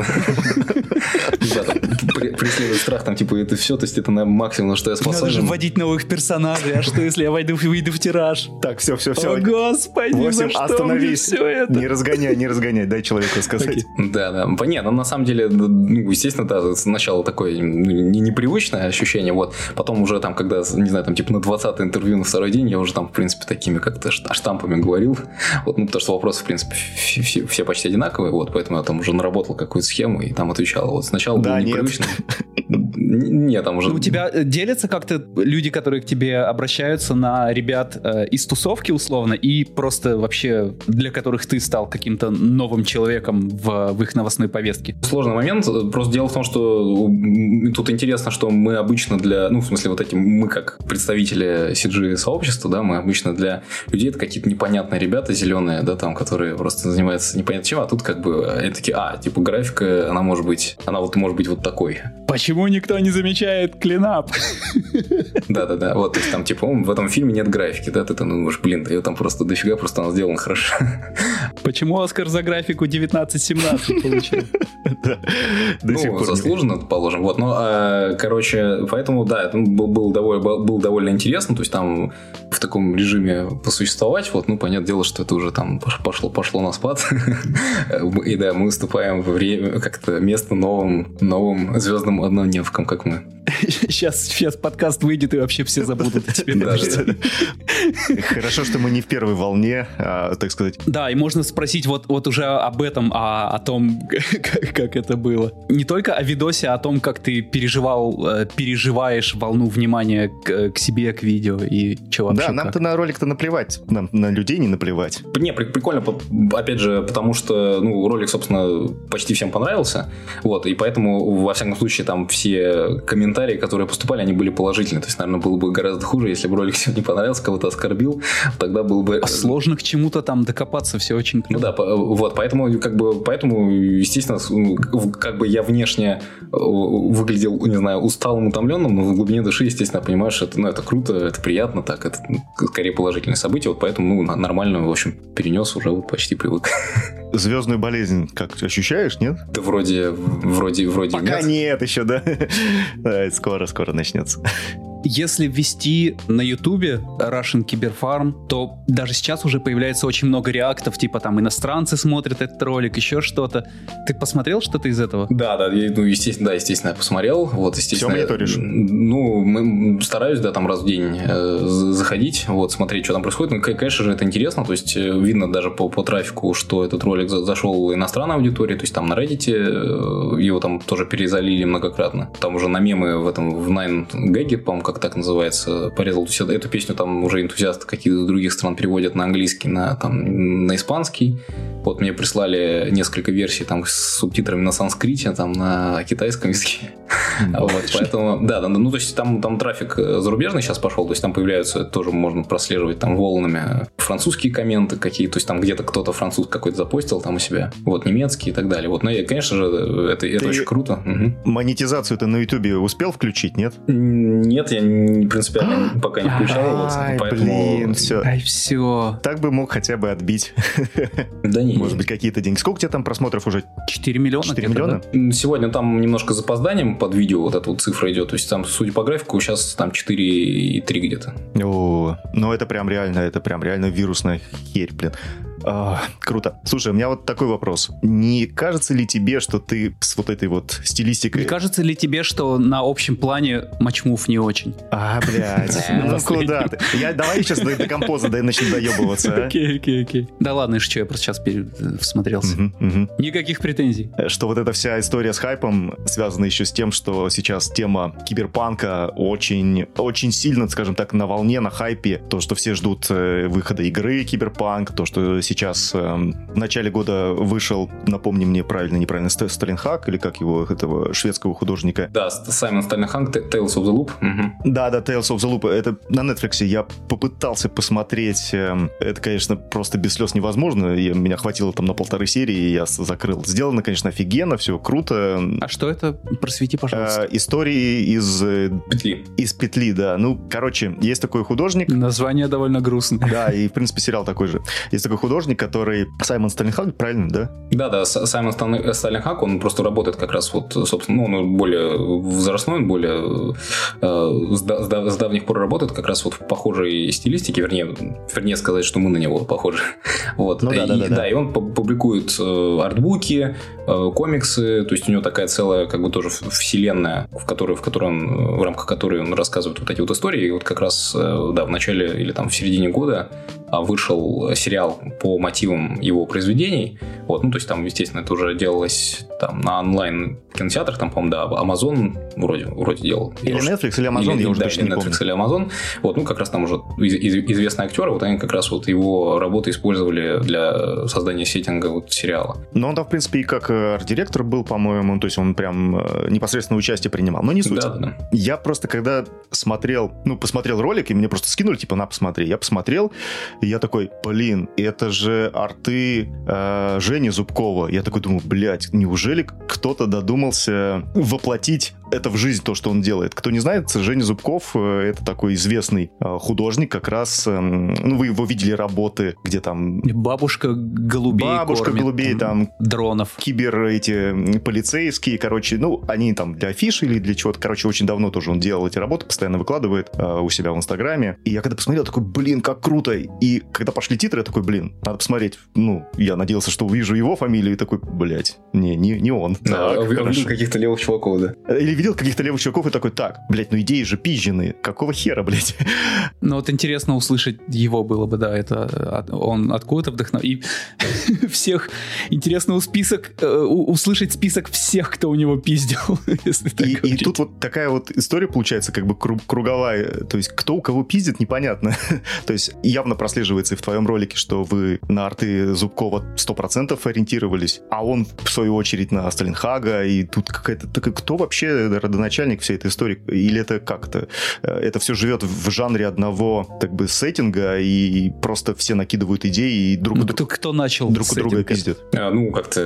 Да, там преследует страх, там, типа, это все, то есть это на максимум, на что я способен. Надо же вводить новых персонажей, а что, если я войду, выйду в тираж? Так, все, все, все. О, господи, за что мне все это? Не разгоняй, не разгоняй, дай человеку сказать. Да, да, понятно, на самом деле, ну, естественно, да, сначала такое непривычное ощущение, вот, потом уже там, когда, не знаю, там, типа, на двадцатое интервью на второй день, я уже там, в принципе, такими как-то штампами говорил, вот, ну, потому что вопросы, в принципе, все, все почти одинаковые, вот, поэтому я там уже наработал какую-то схему и там отвечал, вот, сначала да, было непривычно. Нет, там уже... Ну, у тебя делятся как-то люди, которые к тебе обращаются, на ребят э, из тусовки, условно, и просто вообще для которых ты стал каким-то новым человеком в, в их новостной повестке? Сложный момент. Просто дело в том, что тут интересно, что мы обычно для... Ну, в смысле, вот эти... Мы как представители си джи-сообщества, да, мы обычно для людей это какие-то непонятные ребята зеленые, да, там, которые просто занимаются непонятно чем, а тут как бы они такие, а, типа, графика, она может быть... Она вот может быть вот такой. Почему никто не замечает клинап? Да-да-да, вот, то есть там, типа, в этом фильме нет графики, да, ты там думаешь, блин, да ее там просто дофига, просто она сделана хорошо. Почему Оскар за графику девятнадцать семнадцать получил? Ну, заслуженно, положим, вот, ну, короче, поэтому, да, это был довольно интересно, то есть там в таком режиме посуществовать, вот, ну, понятное дело, что это уже там пошло, пошло на спад, и да, мы выступаем во время, как-то место новым, новым звездным однодневкам, как мы. Сейчас, сейчас подкаст выйдет, и вообще все забудут о тебе. Хорошо, что мы не в первой волне, а, так сказать. Да, и можно спросить вот, вот уже об этом, а, о том, как, как это было. Не только о видосе, а о том, как ты переживал, переживаешь волну внимания к, к себе, к видео, и что вообще. Да, нам-то на ролик-то наплевать, нам на людей не наплевать. Не, прикольно, опять же, потому что, ну, ролик, собственно, почти всем понравился, вот, и поэтому, во всяком случае, там все комментарии, комментарии, которые поступали, они были положительные. То есть, наверное, было бы гораздо хуже, если бы ролик всем не понравился, кого-то оскорбил, тогда был бы... А сложно к чему-то там докопаться, все очень... Ну да, вот, поэтому, как бы, поэтому, естественно, как бы я внешне выглядел, не знаю, усталым, утомленным, но в глубине души, естественно, понимаю, что это, ну, это круто, это приятно, так, это скорее положительное событие, вот поэтому, ну, нормально, в общем, перенес, уже вот почти привык. Звездную болезнь как ощущаешь, нет? Да вроде, вроде, вроде Пока нет. нет еще, да? Скоро, скоро начнется. Если ввести на Ютубе Russian Cyberfarm, то даже сейчас уже появляется очень много реактов, типа там иностранцы смотрят этот ролик, еще что-то. Ты посмотрел что-то из этого? Да, да, я, ну, естественно, да, естественно, я посмотрел. Вот, естественно, все мониторишь? Ну, мы стараюсь, да, там раз в день э, заходить, вот, смотреть, что там происходит. Ну, конечно же, это интересно, то есть, видно даже по, по трафику, что этот ролик за, зашел иностранной аудитории, то есть, там на Reddit э, его там тоже перезалили многократно. Там уже на мемы в этом, в Nine Gag, по-моему, как так называется, порезал. То есть эту песню там уже энтузиасты каких-то других стран переводят на английский, на, там, на испанский. Вот мне прислали несколько версий там с субтитрами на санскрите, там на китайском языке. Вот, поэтому, да, да, ну то есть там, там трафик зарубежный сейчас пошел, то есть там появляются, тоже можно прослеживать там волнами французские комменты какие-то, то есть там где-то кто-то француз какой-то запостил там у себя, вот, немецкий и так далее. Вот, но, конечно же, это, это очень круто. Угу. Монетизацию ты на Ютубе успел включить, нет? Нет, я принципиально пока не включал. Ай, вот, поэтому... блин, все. Ай, все. Так бы мог хотя бы отбить. Да не. Может быть, какие-то деньги. Сколько у тебя там просмотров уже? четыре миллиона. четыре миллиона? Да? Сегодня там немножко с запозданием под видео вот эта вот цифра идет. То есть там, судя по графику, сейчас там четыре и три где-то. О, ну это прям реально, это прям реально вирусная херь, блин. А, круто. Слушай, у меня вот такой вопрос. Не кажется ли тебе, что ты с вот этой вот стилистикой... Не кажется ли тебе, что на общем плане матчмув не очень? А, блядь, ну куда ты? Я, давай сейчас до, до композа да, начну доебываться. Окей, окей, окей. Да ладно, и что, я просто сейчас всмотрелся. Никаких претензий. Что вот эта вся история с хайпом связана еще с тем, что сейчас тема киберпанка очень, очень сильно, скажем так, на волне, на хайпе. То, что все ждут выхода игры киберпанк, то, что сейчас э, в начале года вышел, напомни мне правильно, неправильно, Сталинхак, или как его, этого шведского художника. Да, Саймон Сталинхак, Tales of the Loop. Угу. Да, да, Tales of the Loop. Это на Netflix я попытался посмотреть. Э, это, конечно, просто без слез невозможно. И меня хватило там на полторы серии, и я закрыл. Сделано, конечно, офигенно, все круто. А что это? Просвети, пожалуйста. Э, истории из... Э, петли. Из петли, да. Ну, короче, есть такой художник. Название довольно грустное. Да, и, в принципе, сериал такой же. Есть такой художник, который... Саймон Сталинхак, правильно, да? Да, да, Саймон Сталинхак, он просто работает как раз вот, собственно, ну, он более возрастной, он более э, с, да, с давних пор работает как раз вот в похожей стилистике, вернее, вернее сказать, что мы на него похожи. Вот. Ну, да, и, да, да, да, да. и он публикует э, артбуки, э, комиксы, то есть у него такая целая, как бы тоже вселенная, в которой, в которой он, в рамках которой он рассказывает вот эти вот истории. И вот как раз, э, да, в начале или там в середине года вышел сериал по мотивам его произведений. Вот, ну, то есть там, естественно, это уже делалось там на онлайн кинотеатрах, там, по-моему, да, Amazon вроде, вроде делал. Или Netflix, или Amazon, или, я уже да, точно или не Netflix, помню. или Amazon. Вот, ну, как раз там уже из, из, известные актеры, вот они как раз вот его работы использовали для создания сеттинга вот сериала. Но он там, в принципе, и как арт-директор был, по-моему, то есть он прям непосредственно участие принимал, но не суть. Да, да. Я просто, когда смотрел, ну, посмотрел ролик, и мне просто скинули, типа, на, посмотри. Я посмотрел, и я такой, блин, это же арты э, Жени Зубкова. Я такой думаю, блядь, неужели кто-то додумался воплотить это в жизнь, то, что он делает? Кто не знает, Женя Зубков э, это такой известный э, художник, как раз, э, ну, вы его видели работы, где там... Бабушка голубей Бабушка кормит, голубей, там, дронов. Кибер эти полицейские, короче, ну, они там для афиши или для чего-то, короче, очень давно тоже он делал эти работы, постоянно выкладывает э, у себя в Инстаграме. И я когда посмотрел, такой, блин, как круто. И когда пошли титры, я такой, блин, надо посмотреть. Ну, я надеялся, что увижу его фамилию, и такой, блядь, не, не, не он. Да, так, увидел каких-то левых чуваков, да. Или видел каких-то левых чуваков и такой, так, блядь, ну идеи же пизжены, какого хера, блядь? Ну вот интересно услышать его было бы, да, это он откуда-то вдохновен. И всех, интересно список, услышать список всех, кто у него пиздил. И, и тут вот такая вот история получается как бы круговая, то есть кто у кого пиздит, непонятно. То есть явно прослеживается и в твоем ролике, что вы на арты Зубкова сто процентов ориентировались, а он в свою очередь на Сталинхага, и тут какая-то такая, кто вообще родоначальник всей этой истории? Или это как-то? Это все живет в жанре одного, так бы, сеттинга, и просто все накидывают идеи, и друг, ну, друг, кто, кто начал друг у друга пиздят? А, ну, как-то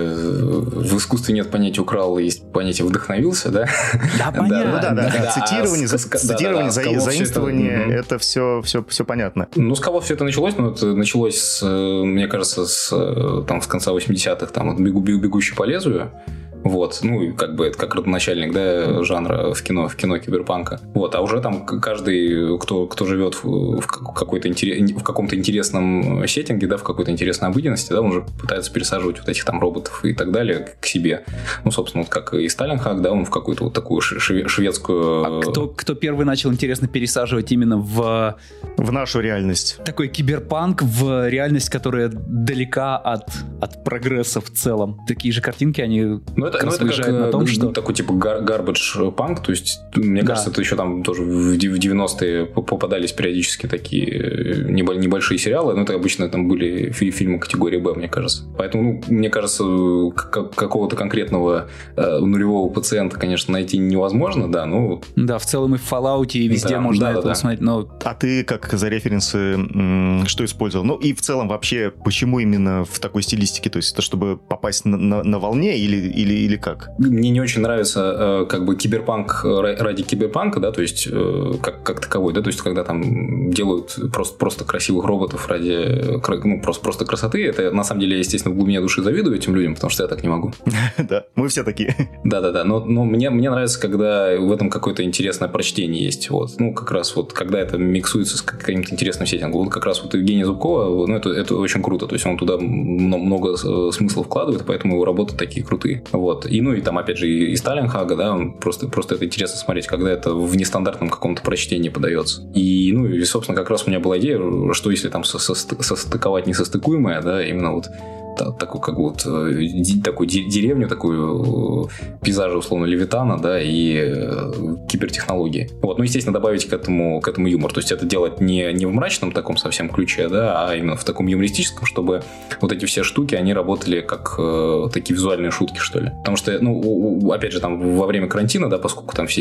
в искусстве нет понятия «украл», есть понятие «вдохновился», да? Да, понятно. Ну, да, да, да. Цитирование, цитирование, заимствование, это все, все, все понятно. Ну, с кого все это началось? Ну, это началось, с, мне кажется, с, там, с конца восьмидесятых, там, вот «Бегу, «Бегущий по лезию». Вот, ну, и как бы это как родоначальник, да, жанра в кино, в кино киберпанка. Вот, а уже там каждый, кто, кто живет в, в, какой-то интерес, в каком-то интересном сеттинге, да, в какой-то интересной обыденности, да, он уже пытается пересаживать вот этих там роботов и так далее к себе. Ну, собственно, вот как и Сталинхак, да, он в какую-то вот такую шведскую... А кто, кто первый начал, интересно, пересаживать именно в... В нашу реальность. Такой киберпанк, в реальность, которая далека от, от прогресса в целом. Такие же картинки, они... Ну, это, ну, это как на том, что... такой типа garbage punk, то есть, мне да. кажется, это еще там тоже в девяностые попадались периодически такие небольшие сериалы, но это обычно там были фильмы категории Б, мне кажется. Поэтому, ну, мне кажется, какого-то конкретного э, нулевого пациента, конечно, найти невозможно, да, ну... Да, в целом и в Fallout, и везде да, можно да, это да, посмотреть, да. но... А ты, как за референсы, м- что использовал? Ну, и в целом вообще, почему именно в такой стилистике? То есть, это чтобы попасть на, на, на волне или, или или как? Мне не очень нравится э, как бы киберпанк ради киберпанка, да, то есть э, как, как таковой, да, то есть когда там делают просто, просто красивых роботов ради, ну, просто, просто красоты, это на самом деле я, естественно, в глубине души завидую этим людям, потому что я так не могу. Да, мы все такие. Да-да-да, но, но мне, мне нравится, когда в этом какое-то интересное прочтение есть, вот, ну, как раз вот, когда это миксуется с каким-то интересным сеттингом, вот как раз вот Евгения Зубкова, ну, это, это очень круто, то есть он туда много смысла вкладывает, поэтому его работы такие крутые, вот. И, ну, и там, опять же, и, и Сталинхага, да, просто, просто это интересно смотреть, когда это в нестандартном каком-то прочтении подается. И, ну, и, собственно, как раз у меня была идея, что если там состыковать несостыкуемое, да, именно вот такую, как вот, такую деревню, такую пейзажи, условно, Левитана, да, и кибертехнологии. Вот, ну, естественно, добавить к этому, к этому юмор. То есть, это делать не, не в мрачном таком совсем ключе, да, а именно в таком юмористическом, чтобы вот эти все штуки, они работали как э, такие визуальные шутки, что ли. Потому что, ну, опять же, там, во время карантина, да, поскольку там все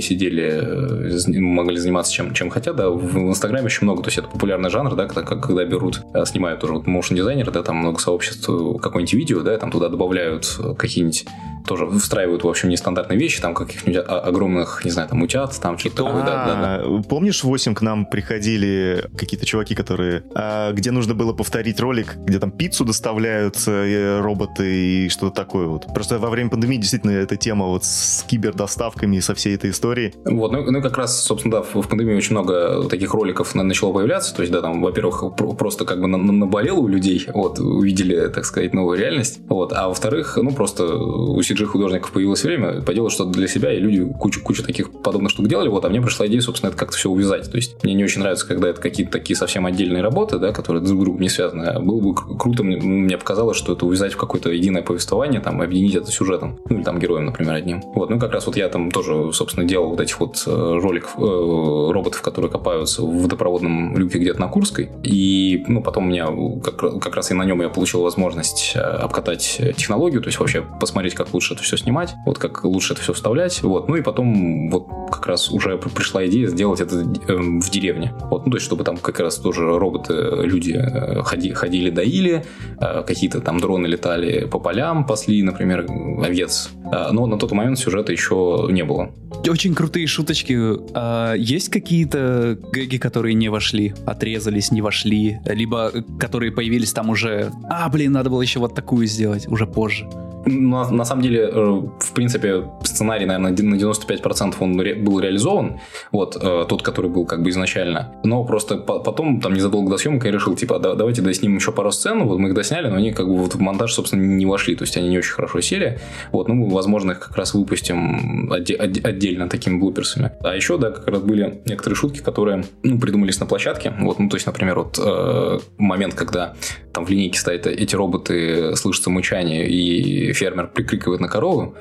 сидели, могли заниматься чем, чем хотят, да, в Инстаграме очень много, то есть, это популярный жанр, да, когда, когда берут, снимают тоже вот моушн-дизайнеры, да, там много сообществ, какое-нибудь видео, да, там туда добавляют какие-нибудь, тоже встраивают, в общем, нестандартные вещи, там каких-нибудь огромных, не знаю, там утят, там что-то такое, да, да, да. Помнишь, в восемь к нам приходили какие-то чуваки, которые, где нужно было повторить ролик, где там пиццу доставляют роботы и что-то такое вот. Просто во время пандемии действительно эта тема вот с кибердоставками и со всей этой историей. Вот, ну, ну как раз, собственно, да, в, в пандемии очень много таких роликов начало появляться, то есть, да, там, во-первых, просто как бы наболело у людей, вот, увидели, так сказать, новую реальность, вот, а во-вторых, ну, просто у си джи-художников появилось время поделать что-то для себя, и люди кучу, кучу таких подобных штук делали, вот, а мне пришла идея, собственно, это как-то все увязать, то есть, мне не очень нравится, когда это какие-то такие совсем отдельные работы, да, которые друг с другом не связаны, а было бы круто, мне, мне показалось, что это увязать в какое-то единое повествование, там, объединить это сюжетом, ну, или там героем, например, одним, вот, ну, как раз вот я там тоже, собственно, делал вот этих вот роликов, э, роботов, которые копаются в водопроводном люке где-то на Курской, и, ну, потом у меня как, как раз и на нем я получил возможность обкатать технологию, то есть вообще посмотреть, как лучше это все снимать, вот как лучше это все вставлять, вот, ну и потом вот как раз уже пришла идея сделать это в деревне, вот, ну то есть чтобы там как раз тоже роботы, люди ходи, ходили, доили, какие-то там дроны летали по полям, пасли, например, овец, но на тот момент сюжета еще не было. Очень крутые шуточки. А есть какие-то гэги, которые не вошли, отрезались, не вошли, либо которые появились там уже, а, блин, надо было еще вот такую сделать, уже позже? На, на самом деле, в принципе, сценарий, наверное, на девяносто пять процентов он ре, был реализован, вот, тот, который был как бы изначально, но просто по, потом, там, незадолго до съемок я решил, типа, да, давайте доснимем еще пару сцен, вот мы их досняли, но они как бы вот в монтаж, собственно, не вошли, то есть они не очень хорошо сели, вот, ну, возможно, их как раз выпустим отде- отдельно такими блуперсами. А еще, да, как раз были некоторые шутки, которые, ну, придумались на площадке, вот, ну, то есть, например, вот э, момент, когда там в линейке стоят эти роботы, слышится мычание, и фермер прикрикивает на корову,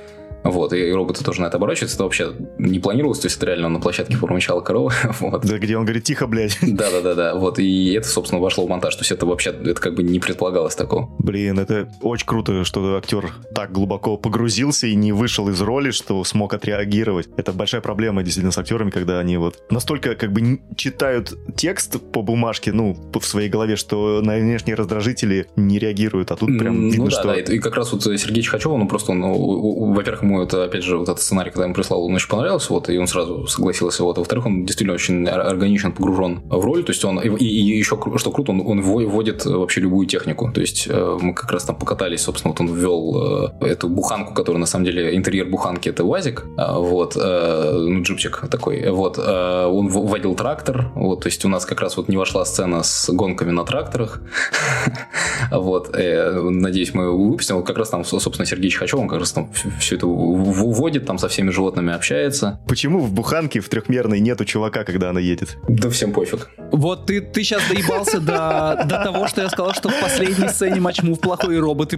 Вот, и роботы тоже на это оборачиваются. Это вообще не планировалось, то есть это реально на площадке промычала корова. Вот. Да, где он говорит, тихо, блядь. Да-да-да, вот, и это, собственно, вошло в монтаж. То есть это вообще, это как бы не предполагалось такого. Блин, это очень круто, что актер так глубоко погрузился и не вышел из роли, что смог отреагировать. Это большая проблема действительно с актерами, когда они вот настолько как бы читают текст по бумажке, ну, в своей голове, что на внешние раздражители не реагируют, а тут прям ну, видно, да, что... Да, и, и как раз вот Сергей Чихачев, ну, просто, он, во-первых, ему это, опять же, вот этот сценарий, когда ему прислал, он очень понравился, вот, и он сразу согласился, вот, а во-вторых, он действительно очень органичен, погружен в роль, то есть он, и, и еще, что круто, он, он вводит вообще любую технику, то есть мы как раз там покатались, собственно, вот он ввел эту буханку, которая, на самом деле, интерьер буханки, это УАЗик, вот, ну, джипчик такой, вот, он вводил трактор, вот, то есть у нас как раз вот не вошла сцена с гонками на тракторах, вот, надеюсь, мы выпустим, вот как раз там, собственно, Сергей Чихачев, он как раз там все это вводит, там со всеми животными общается. Почему в буханке в трехмерной нету чувака, когда она едет? Да всем пофиг. Вот ты, ты сейчас доебался до, до того, что я сказал, что в последней сцене матч-мув плохой, и роботы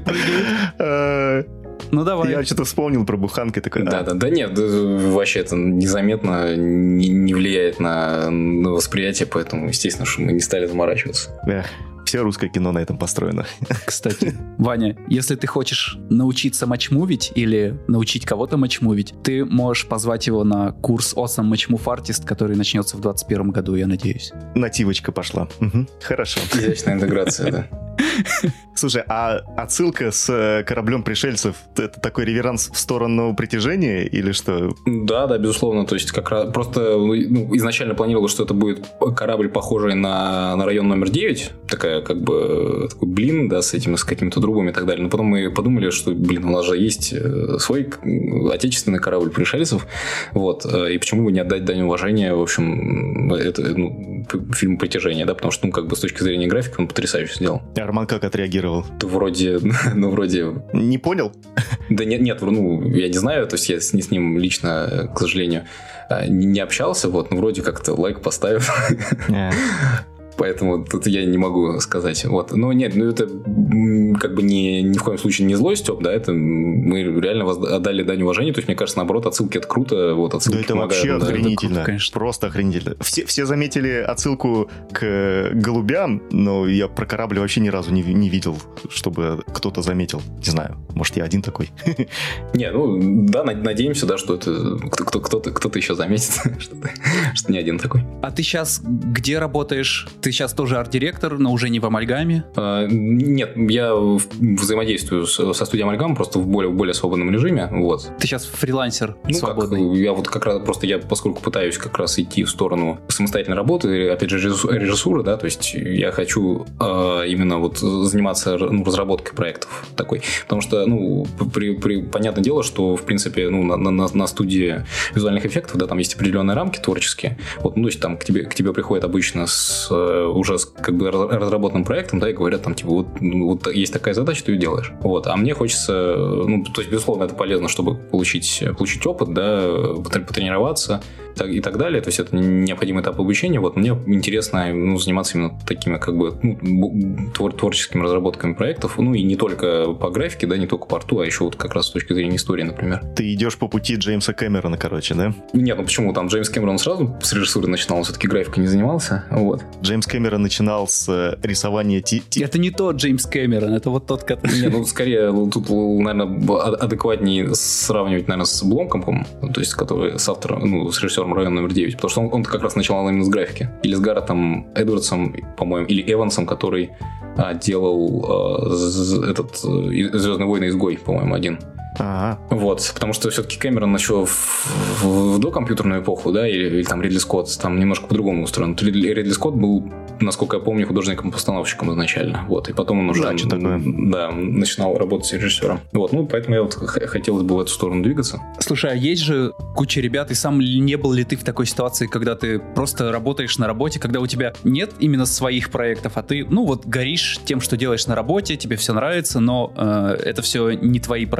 прыгают. Ну давай. Я что-то вспомнил про буханки. Такой, да, а. да, да нет, да, вообще это незаметно не, не влияет на, на восприятие, поэтому, естественно, что мы не стали заморачиваться. Эх. Все русское кино на этом построено. Кстати, Ваня, если ты хочешь научиться матчмувить или научить кого-то матчмувить, ты можешь позвать его на курс Awesome Matchmove Artist, который начнется в двадцать первом году, я надеюсь. Нативочка пошла. Угу. Хорошо. Изящная интеграция, да. Слушай, а отсылка с кораблем пришельцев, это такой реверанс в сторону притяжения или что? Да, да, безусловно. То есть как раз просто ну, изначально планировалось, что это будет корабль, похожий на, на район номер девять. Такая как бы такой блин, да, с этими, с какими-то трубами и так далее. Но потом мы подумали, что, блин, у нас же есть свой отечественный корабль пришельцев. Вот. И почему бы не отдать дань уважения, в общем, это, ну, фильму «Притяжение», да, потому что, ну, как бы с точки зрения графики он потрясающе сделал. Арман как отреагировал? Да вроде, ну, вроде... Не понял? Да нет, нет, ну, я не знаю, то есть я с, с ним лично, к сожалению, не, не общался, вот, но вроде как-то лайк поставил. Yeah. Поэтому тут я не могу сказать. Вот. Но нет, ну это как бы не, ни в коем случае не злой стёб, да, это мы реально отдали дань уважения. То есть, мне кажется, наоборот, отсылки это круто. Вот, отсылки да это помогают, вообще да, охренительно. Это круто, просто охренительно. Все, все заметили отсылку к голубям, но я про корабль вообще ни разу не, не видел, чтобы кто-то заметил. Не знаю, может, я один такой. Не, ну, да, надеемся, да, что это кто-то, кто-то еще заметит, что, что не один такой. А ты сейчас где работаешь? Ты сейчас тоже арт-директор, но уже не в Амальгаме? А, нет, я взаимодействую с, со студией Амальгам просто в более, в более свободном режиме. Вот. Ты сейчас фрилансер ну, свободный? Как, я вот как раз просто, я поскольку пытаюсь как раз идти в сторону самостоятельной работы, опять же, режиссуры, да, то есть я хочу а, именно вот заниматься ну, разработкой проектов такой. Потому что, ну, при, при, понятное дело, что, в принципе, ну, на, на, на студии визуальных эффектов, да, там есть определенные рамки творческие. Вот, ну, то есть там к тебе, к тебе приходят обычно с уже с как бы разработанным проектом, да, и говорят там, типа, вот, вот есть такая задача, ты ее делаешь. Вот. А мне хочется, ну, то есть, безусловно, это полезно, чтобы получить, получить опыт, да, потренироваться и так далее. То есть, это необходимый этап обучения. Вот. Мне интересно, ну, заниматься именно такими, как бы, ну, твор- творческими разработками проектов, ну, и не только по графике, да, не только по арту, а еще вот как раз с точки зрения истории, например. Ты идешь по пути Джеймса Кэмерона, короче, да? Нет, ну почему? Там Джеймс Кэмерон сразу с режиссурой начинал, он все-таки графикой не занимался. Вот. Джеймс Кэмерон начинал с рисования... Ти- ти- это не тот Джеймс Кэмерон, это вот тот, который... Не, ну, скорее, тут, наверное, адекватнее сравнивать, наверное, с Бломкомпом, то есть, который с автором, ну, с режиссером «Район номер девять», потому что он, он как раз начинал именно с графики. Или с Гарретом Эдвардсом, по-моему, или Эвансом, который а, делал а, этот «Звездные войны. Изгой», по-моему, один. Ага. Вот, потому что все-таки Кэмерон еще в, в, в докомпьютерную эпоху, да, или, или там Ридли Скотт, там немножко по-другому устроен. Ридли, Ридли Скотт был, насколько я помню, художником-постановщиком изначально, вот, и потом он уже да, да, начинал работать с режиссером. Вот, ну, поэтому я вот х- хотелось бы в эту сторону двигаться. Слушай, а есть же куча ребят, и сам не был ли ты в такой ситуации, когда ты просто работаешь на работе, когда у тебя нет именно своих проектов, а ты, ну, вот горишь тем, что делаешь на работе, тебе все нравится, но э, это все не твои проекты. Был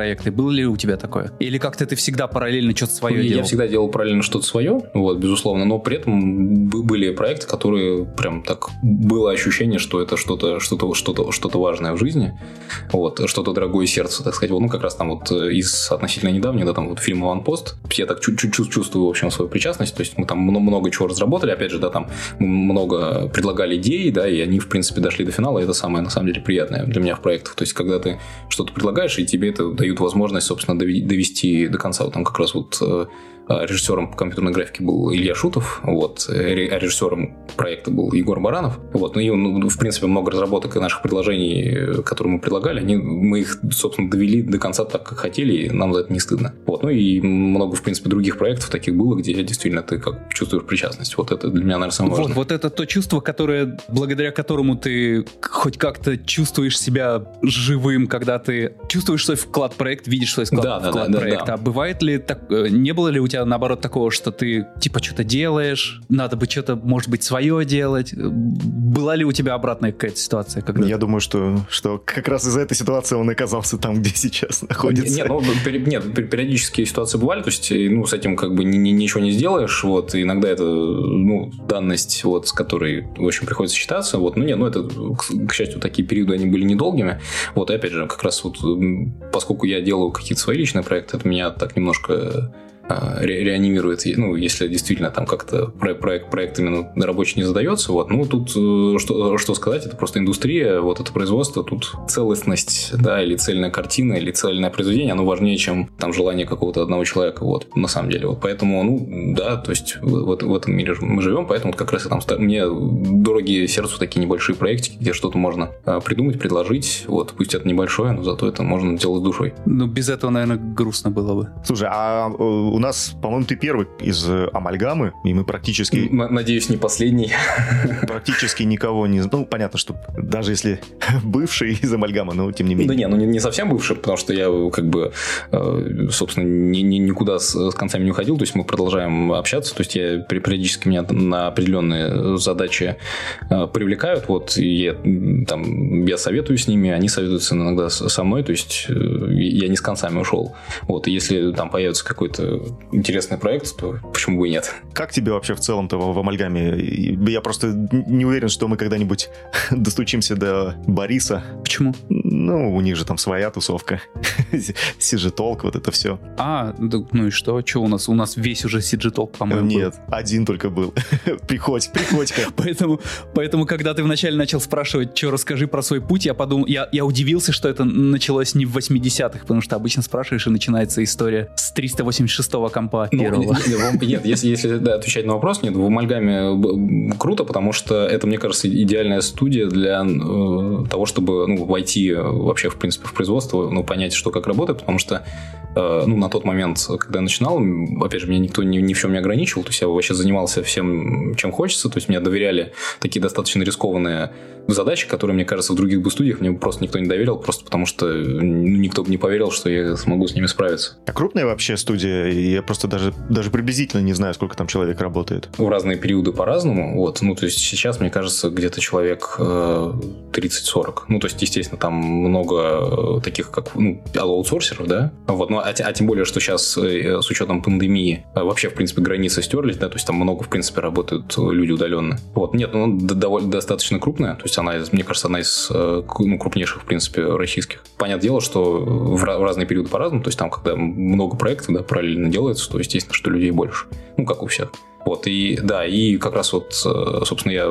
Было ли у тебя такое? Или как-то ты всегда параллельно что-то свое я делал? Я всегда делал параллельно что-то свое, вот, безусловно, но при этом были проекты, которые прям так было ощущение, что это что-то, что-то, что-то, что-то важное в жизни, вот, что-то дорогое сердцу, так сказать. Вот, ну, как раз там вот из относительно недавнего, да, там вот фильма «Аванпост», я так чуть-чуть чувствую, в общем, свою причастность, то есть мы там много чего разработали, опять же, да, там много предлагали идей, да, и они, в принципе, дошли до финала, и это самое, на самом деле, приятное для меня в проектах, то есть когда ты что-то предлагаешь, и тебе это дают возможность, собственно, довести до конца, вот там как раз вот режиссером по компьютерной графике был Илья Шутов, вот, а режиссером проекта был Егор Баранов, вот, ну и, ну, в принципе, много разработок и наших предложений, которые мы предлагали, они, мы их, собственно, довели до конца так, как хотели, и нам за это не стыдно. Вот, ну и много, в принципе, других проектов таких было, где действительно ты как чувствуешь причастность. Вот это для меня, наверное, самое важное. Вот, вот это то чувство, которое, благодаря которому ты хоть как-то чувствуешь себя живым, когда ты чувствуешь свой вклад в проект, видишь свой вклад, да, вклад да, в проект. Да, да. А бывает ли так, не было ли у тебя наоборот такого, что ты типа что-то делаешь, надо бы что-то, может быть, свое делать? Была ли у тебя обратная какая-то ситуация? Когда... Я думаю, что, что как раз из-за этой ситуации он оказался там, где сейчас находится. Нет, ну, нет, периодические ситуации бывали, то есть, ну, с этим как бы ни, ни, ничего не сделаешь, вот, и иногда это, ну, данность, вот, с которой, в общем, приходится считаться, вот, ну, нет, ну, это, к, к счастью, такие периоды, они были недолгими, вот, и опять же, как раз вот, поскольку я делаю какие-то свои личные проекты, это меня так немножко ре- реанимирует, ну, если действительно там как-то проект, проект именно рабочий не задается, вот, ну, тут что, что сказать, это просто индустрия, вот это производство, тут целостность, да, или цельная картина, или цельное произведение, оно важнее, чем там желание какого-то одного человека, вот, на самом деле, вот, поэтому, ну, да, то есть вот в этом мире мы живем, поэтому вот как раз и там мне дорогие сердцу такие небольшие проектики, где что-то можно придумать, предложить, вот, пусть это небольшое, но зато это можно делать душой. Ну, без этого, наверное, грустно было бы. Слушай, а у нас, по-моему, ты первый из Амальгамы, и мы практически... Надеюсь, не последний. Практически никого не... Ну, понятно, что даже если бывший из Амальгамы, но тем не менее. Да не, ну не, не совсем бывший, потому что я как бы, собственно, ни, ни, никуда с, с концами не уходил, то есть мы продолжаем общаться, то есть я периодически меня на определенные задачи привлекают, вот, и я, там, я советую с ними, они советуются иногда со мной, то есть я не с концами ушел. Вот, и если там появится какой-то интересный проект, то почему бы и нет. Как тебе вообще в целом-то в, в Амальгаме? Я просто не уверен, что мы когда-нибудь достучимся до Бориса. Почему? Ну, у них же там своя тусовка. Сиджи-толк, вот это все. А, да, ну и что? Что у нас? У нас весь уже Сиджи-толк, по-моему, Нет, был. один только был. Приходь, приходь-ка. Поэтому, поэтому, когда ты вначале начал спрашивать, что расскажи про свой путь, я подумал, я, я удивился, что это началось не в восьмидесятых, потому что обычно спрашиваешь, и начинается история с триста восемьдесят шестого компа первого. Ну, нет, если, если да, отвечать на вопрос, нет, в Амальгаме круто, потому что это, мне кажется, идеальная студия для э, того, чтобы, ну, войти вообще, в принципе, в производство, ну, понять, что как работает, потому что э, ну, на тот момент, когда я начинал, опять же, меня никто ни, ни в чем не ограничивал, то есть я вообще занимался всем, чем хочется, то есть мне доверяли такие достаточно рискованные задачи, которые, мне кажется, в других бы студиях мне просто никто не доверил, просто потому что никто бы не поверил, что я смогу с ними справиться. А крупная вообще студия? Я просто даже, даже приблизительно не знаю, сколько там человек работает. В разные периоды по-разному. Вот. Ну, то есть сейчас, мне кажется, где-то человек э, тридцать-сорок. Ну, то есть, естественно, там много таких, как, ну, аутсорсеров, да? Вот. Ну, а, а тем более, что сейчас э, с учетом пандемии э, вообще, в принципе, границы стерлись, да, то есть там много, в принципе, работают люди удаленно. Вот. Нет, ну, довольно достаточно крупная, то есть она, мне кажется, одна из ну, крупнейших, в принципе, российских. Понятное дело, что в разные периоды по-разному, то есть там, когда много проектов, да, параллельно делается, то, естественно, что людей больше. Ну, как у всех. Вот, и да, и как раз вот, собственно, я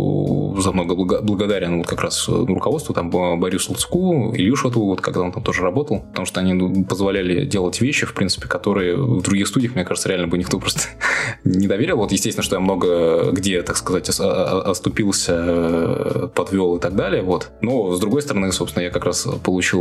за много благодарен вот как раз руководству, там, Борису Луцку, Илью Шотову, вот, когда он там тоже работал, потому что они позволяли делать вещи, в принципе, которые в других студиях, мне кажется, реально бы никто просто не доверил. Вот, естественно, что я много где, так сказать, оступился, подвел и так далее, вот. Но, с другой стороны, собственно, я как раз получил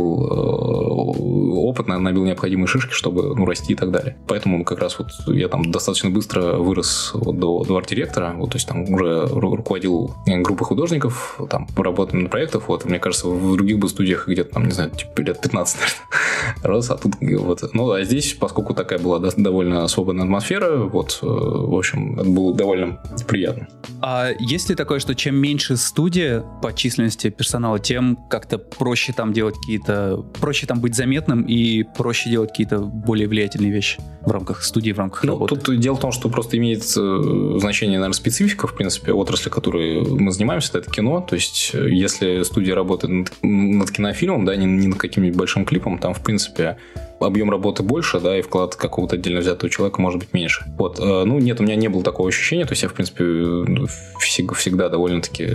опыт, набил необходимые шишки, чтобы, ну, расти и так далее. Поэтому как раз вот я там достаточно быстро вырос вырос вот до, до арт-директора, вот, то есть там уже руководил группой художников, там, работами на проектах, вот, мне кажется, в других бы студиях где-то, там, не знаю, типа лет пятнадцать, наверное, рос, а тут вот, ну, а здесь, поскольку такая была довольно свободная атмосфера, вот, в общем, это было довольно приятно. А есть ли такое, что чем меньше студия по численности персонала, тем как-то проще там делать какие-то, проще там быть заметным и проще делать какие-то более влиятельные вещи в рамках студии, в рамках ну, работы? Тут дело в том, что просто имеет значение, наверное, специфика, в принципе, отрасли, которой мы занимаемся, это кино, то есть если студия работает над, над кинофильмом, да, не, не над каким-нибудь большим клипом, там, в принципе, объем работы больше, да, и вклад какого-то отдельно взятого человека может быть меньше. Вот, ну, нет, у меня не было такого ощущения, то есть я, в принципе, всегда довольно-таки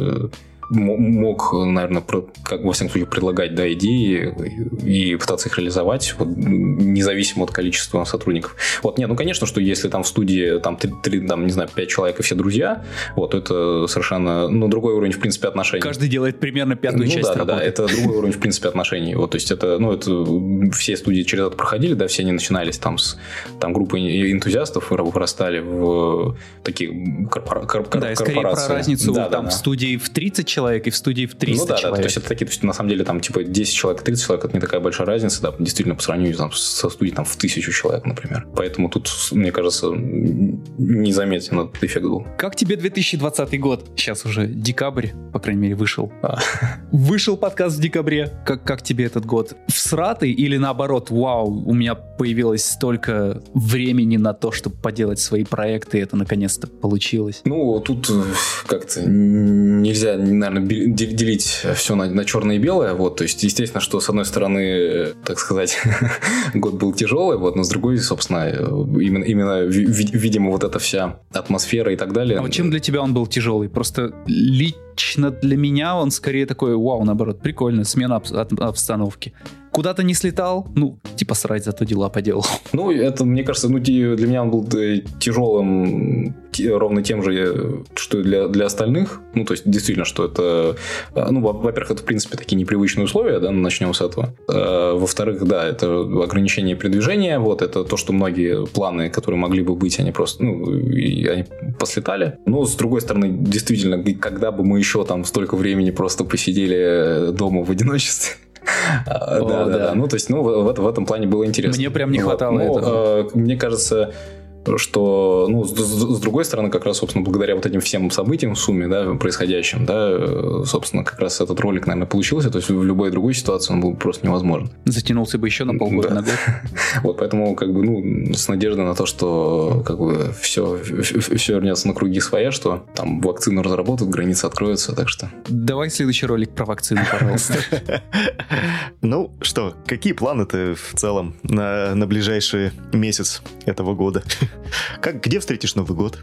мог, наверное, как, во всяком случае, предлагать, да, идеи и пытаться их реализовать, вот, независимо от количества сотрудников. Вот, нет, ну, конечно, что если там в студии там, три, там, не знаю, пять человек и все друзья, вот, это совершенно, ну, другой уровень, в принципе, отношений. Каждый делает примерно пятую ну, часть да, работы. Да, это другой уровень, в принципе, отношений. Вот, то есть это, ну, это все студии через это проходили, да, все они начинались там с там, группой энтузиастов, вырастали в такие корпора- корпорации. Да, и скорее про разницу да, там да, в да. студии в тридцать человек и в студии в триста ну, да, человек. Да, то есть это такие, то есть на самом деле там типа десять человек, тридцать человек, это не такая большая разница, да, действительно по сравнению там, со студией там в тысячу человек, например. Поэтому тут, мне кажется, незаметен этот эффект был. Как тебе две тысячи двадцатый год? Сейчас уже декабрь, по крайней мере, вышел. А. Вышел подкаст в декабре. Как, как тебе этот год? Всратый или наоборот, вау, у меня появилось столько времени на то, чтобы поделать свои проекты, и это наконец-то получилось? Ну, тут как-то нельзя, наверное, делить все на, на черное и белое. Вот, то есть, естественно, что с одной стороны, так сказать, год был тяжелый, вот, но с другой, собственно, именно, именно видимо, вот эта вся атмосфера и так далее. А вот чем для тебя он был тяжелый? Просто лично для меня он скорее такой, вау, наоборот, прикольно, смена об- обстановки. Куда-то не слетал, ну, типа срать, зато дела поделал. Ну, это, мне кажется, ну, для меня он был тяжелым ровно тем же, что и для, для остальных. Ну, то есть, действительно, что это... Ну, во-первых, это, в принципе, такие непривычные условия, да, начнем с этого. Во-вторых, да, это ограничение передвижения, вот, это то, что многие планы, которые могли бы быть, они просто, ну, и они послетали. Но, с другой стороны, действительно, когда бы мы еще там столько времени просто посидели дома в одиночестве. О, да, да, да. Ну, то есть, ну, в, в этом плане было интересно. Мне прям не хватало вот. этого. Ну, э, мне кажется, что, ну, с, с другой стороны, как раз, собственно, благодаря вот этим всем событиям в сумме, да, происходящим, да, собственно, как раз этот ролик, наверное, получился, то есть в любой другой ситуации он был просто невозможен. Затянулся бы еще на полгода, да. на год. Вот, поэтому, как бы, ну, с надеждой на то, что, как бы, все, все вернется на круги своя, что там вакцину разработают, границы откроются, так что... Давай следующий ролик про вакцину, пожалуйста. Ну, что, какие планы-то в целом на, на ближайший месяц этого года? Как, где встретишь Новый год?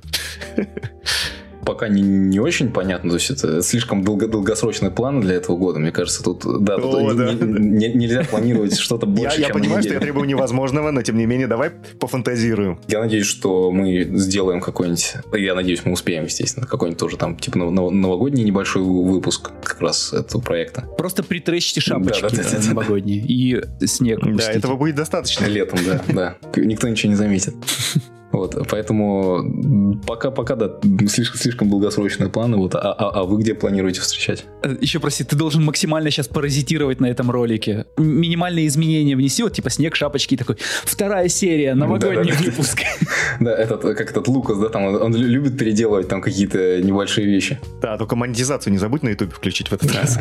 Пока не, не очень понятно, то есть это слишком долго, долгосрочные планы для этого года, мне кажется, тут, да, тут О, не, да. Не, нельзя планировать что-то больше, Я, я чем понимаю, на что я неделю. требую невозможного, но тем не менее, давай пофантазируем. Я надеюсь, что мы сделаем какой-нибудь, я надеюсь, мы успеем, естественно, какой-нибудь тоже там, типа, нов- новогодний небольшой выпуск как раз этого проекта. Просто притречьте шапочки Да, да, да, да. новогодние и снег Да, пустите. этого будет достаточно. Летом, да, да. Никто ничего не заметит. Вот, поэтому пока, пока, да, слишком, слишком долгосрочные планы. Вот, а, а, а вы где планируете встречать? Еще, прости, ты должен максимально сейчас паразитировать на этом ролике. М- Минимальные изменения внеси, вот типа снег, шапочки, такой, вторая серия, новогодний Да-да-да. выпуск. Да, этот, как этот Лукас, да, там он, он лю- любит переделывать там какие-то небольшие вещи. Да, только монетизацию не забудь на ютубе включить в этот раз.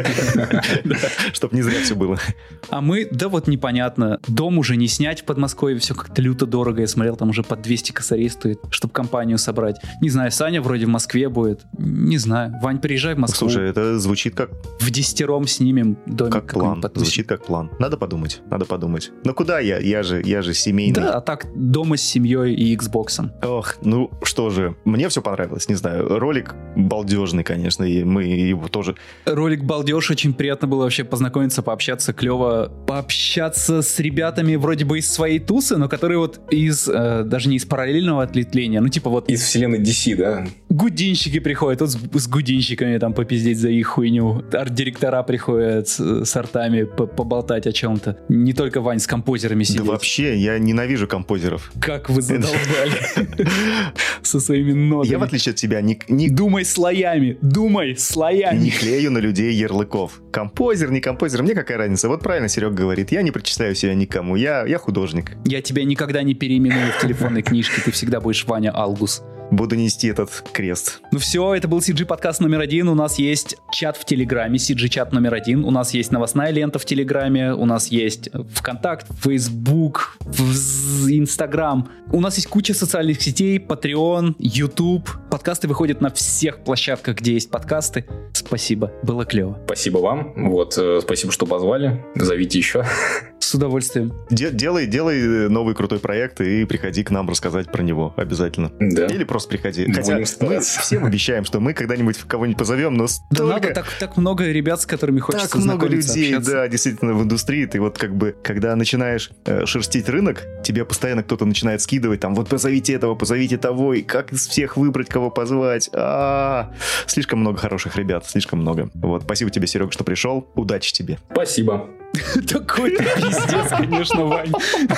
Чтоб не зря все было. А мы, да вот непонятно, дом уже не снять в Подмосковье, все как-то люто дорого, я смотрел, там уже по двести косарей стоит, чтобы компанию собрать. Не знаю, Саня вроде в Москве будет, не знаю. Вань, приезжай в Москву. Слушай, это звучит как, В десятером снимем домик как план. какой-нибудь под- Звучит как план. Надо подумать, надо подумать. Ну куда я? Я же, я же семейный. Да, а так дома с семьей и Xbox'ом. Ох, ну что же, мне все понравилось, не знаю. Ролик балдежный, конечно, и мы его тоже... Ролик балдеж, очень приятно было вообще познакомиться, пообщаться, клево пообщаться с ребятами вроде бы из своей тусы, но которые вот из, э, даже не не из параллельного ответвления, ну типа вот... Из вселенной ди си, да? Гудинщики приходят, вот с, с гудинщиками там попиздеть за их хуйню. Арт-директора приходят с, с артами поболтать о чем-то. Не только Вань с композерами сидеть. Да вообще, я ненавижу композеров. Как вы задолбали. Со своими нотами. Я, в отличие от тебя, не... не... Думай слоями, думай слоями. Не клею на людей ярлыков. Композер, не композер, мне какая разница? Вот правильно Серега говорит, я не причисляю себя никому, я, я художник. Я тебя никогда не переименую в телефонной книжке, ты всегда будешь Ваня Алгус. Буду нести этот крест. Ну все, это был си джи подкаст номер один. У нас есть чат в Телеграме, си джи чат номер один. У нас есть новостная лента в Телеграме. У нас есть ВКонтакт, Фейсбук, Инстаграм. У нас есть куча социальных сетей, Patreon, YouTube. Подкасты выходят на всех площадках, где есть подкасты. Спасибо, было клево. Спасибо вам. Вот, спасибо, что позвали. Зовите еще. С удовольствием. Де- делай, делай новый крутой проект и приходи к нам рассказать про него обязательно. Да. Или просто приходи. Хотя мы всем обещаем, что мы когда-нибудь кого-нибудь позовем, но столько... Да надо, так, так много ребят, с которыми хочется так много людей, общаться. Да, действительно, в индустрии. Ты вот как бы, когда начинаешь э, шерстить рынок, тебе постоянно кто-то начинает скидывать, там, вот позовите этого, позовите того, и как из всех выбрать, кого позвать. А-а-а. Слишком много хороших ребят, слишком много. Вот, спасибо тебе, Серега, что пришел. Удачи тебе. Спасибо. Такой ты пиздец, конечно, Вань.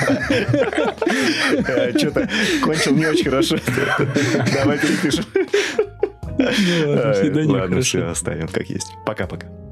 Что-то кончил не очень хорошо. Давай перепишем. Ладно, Ладно, все, оставим как есть. Пока-пока.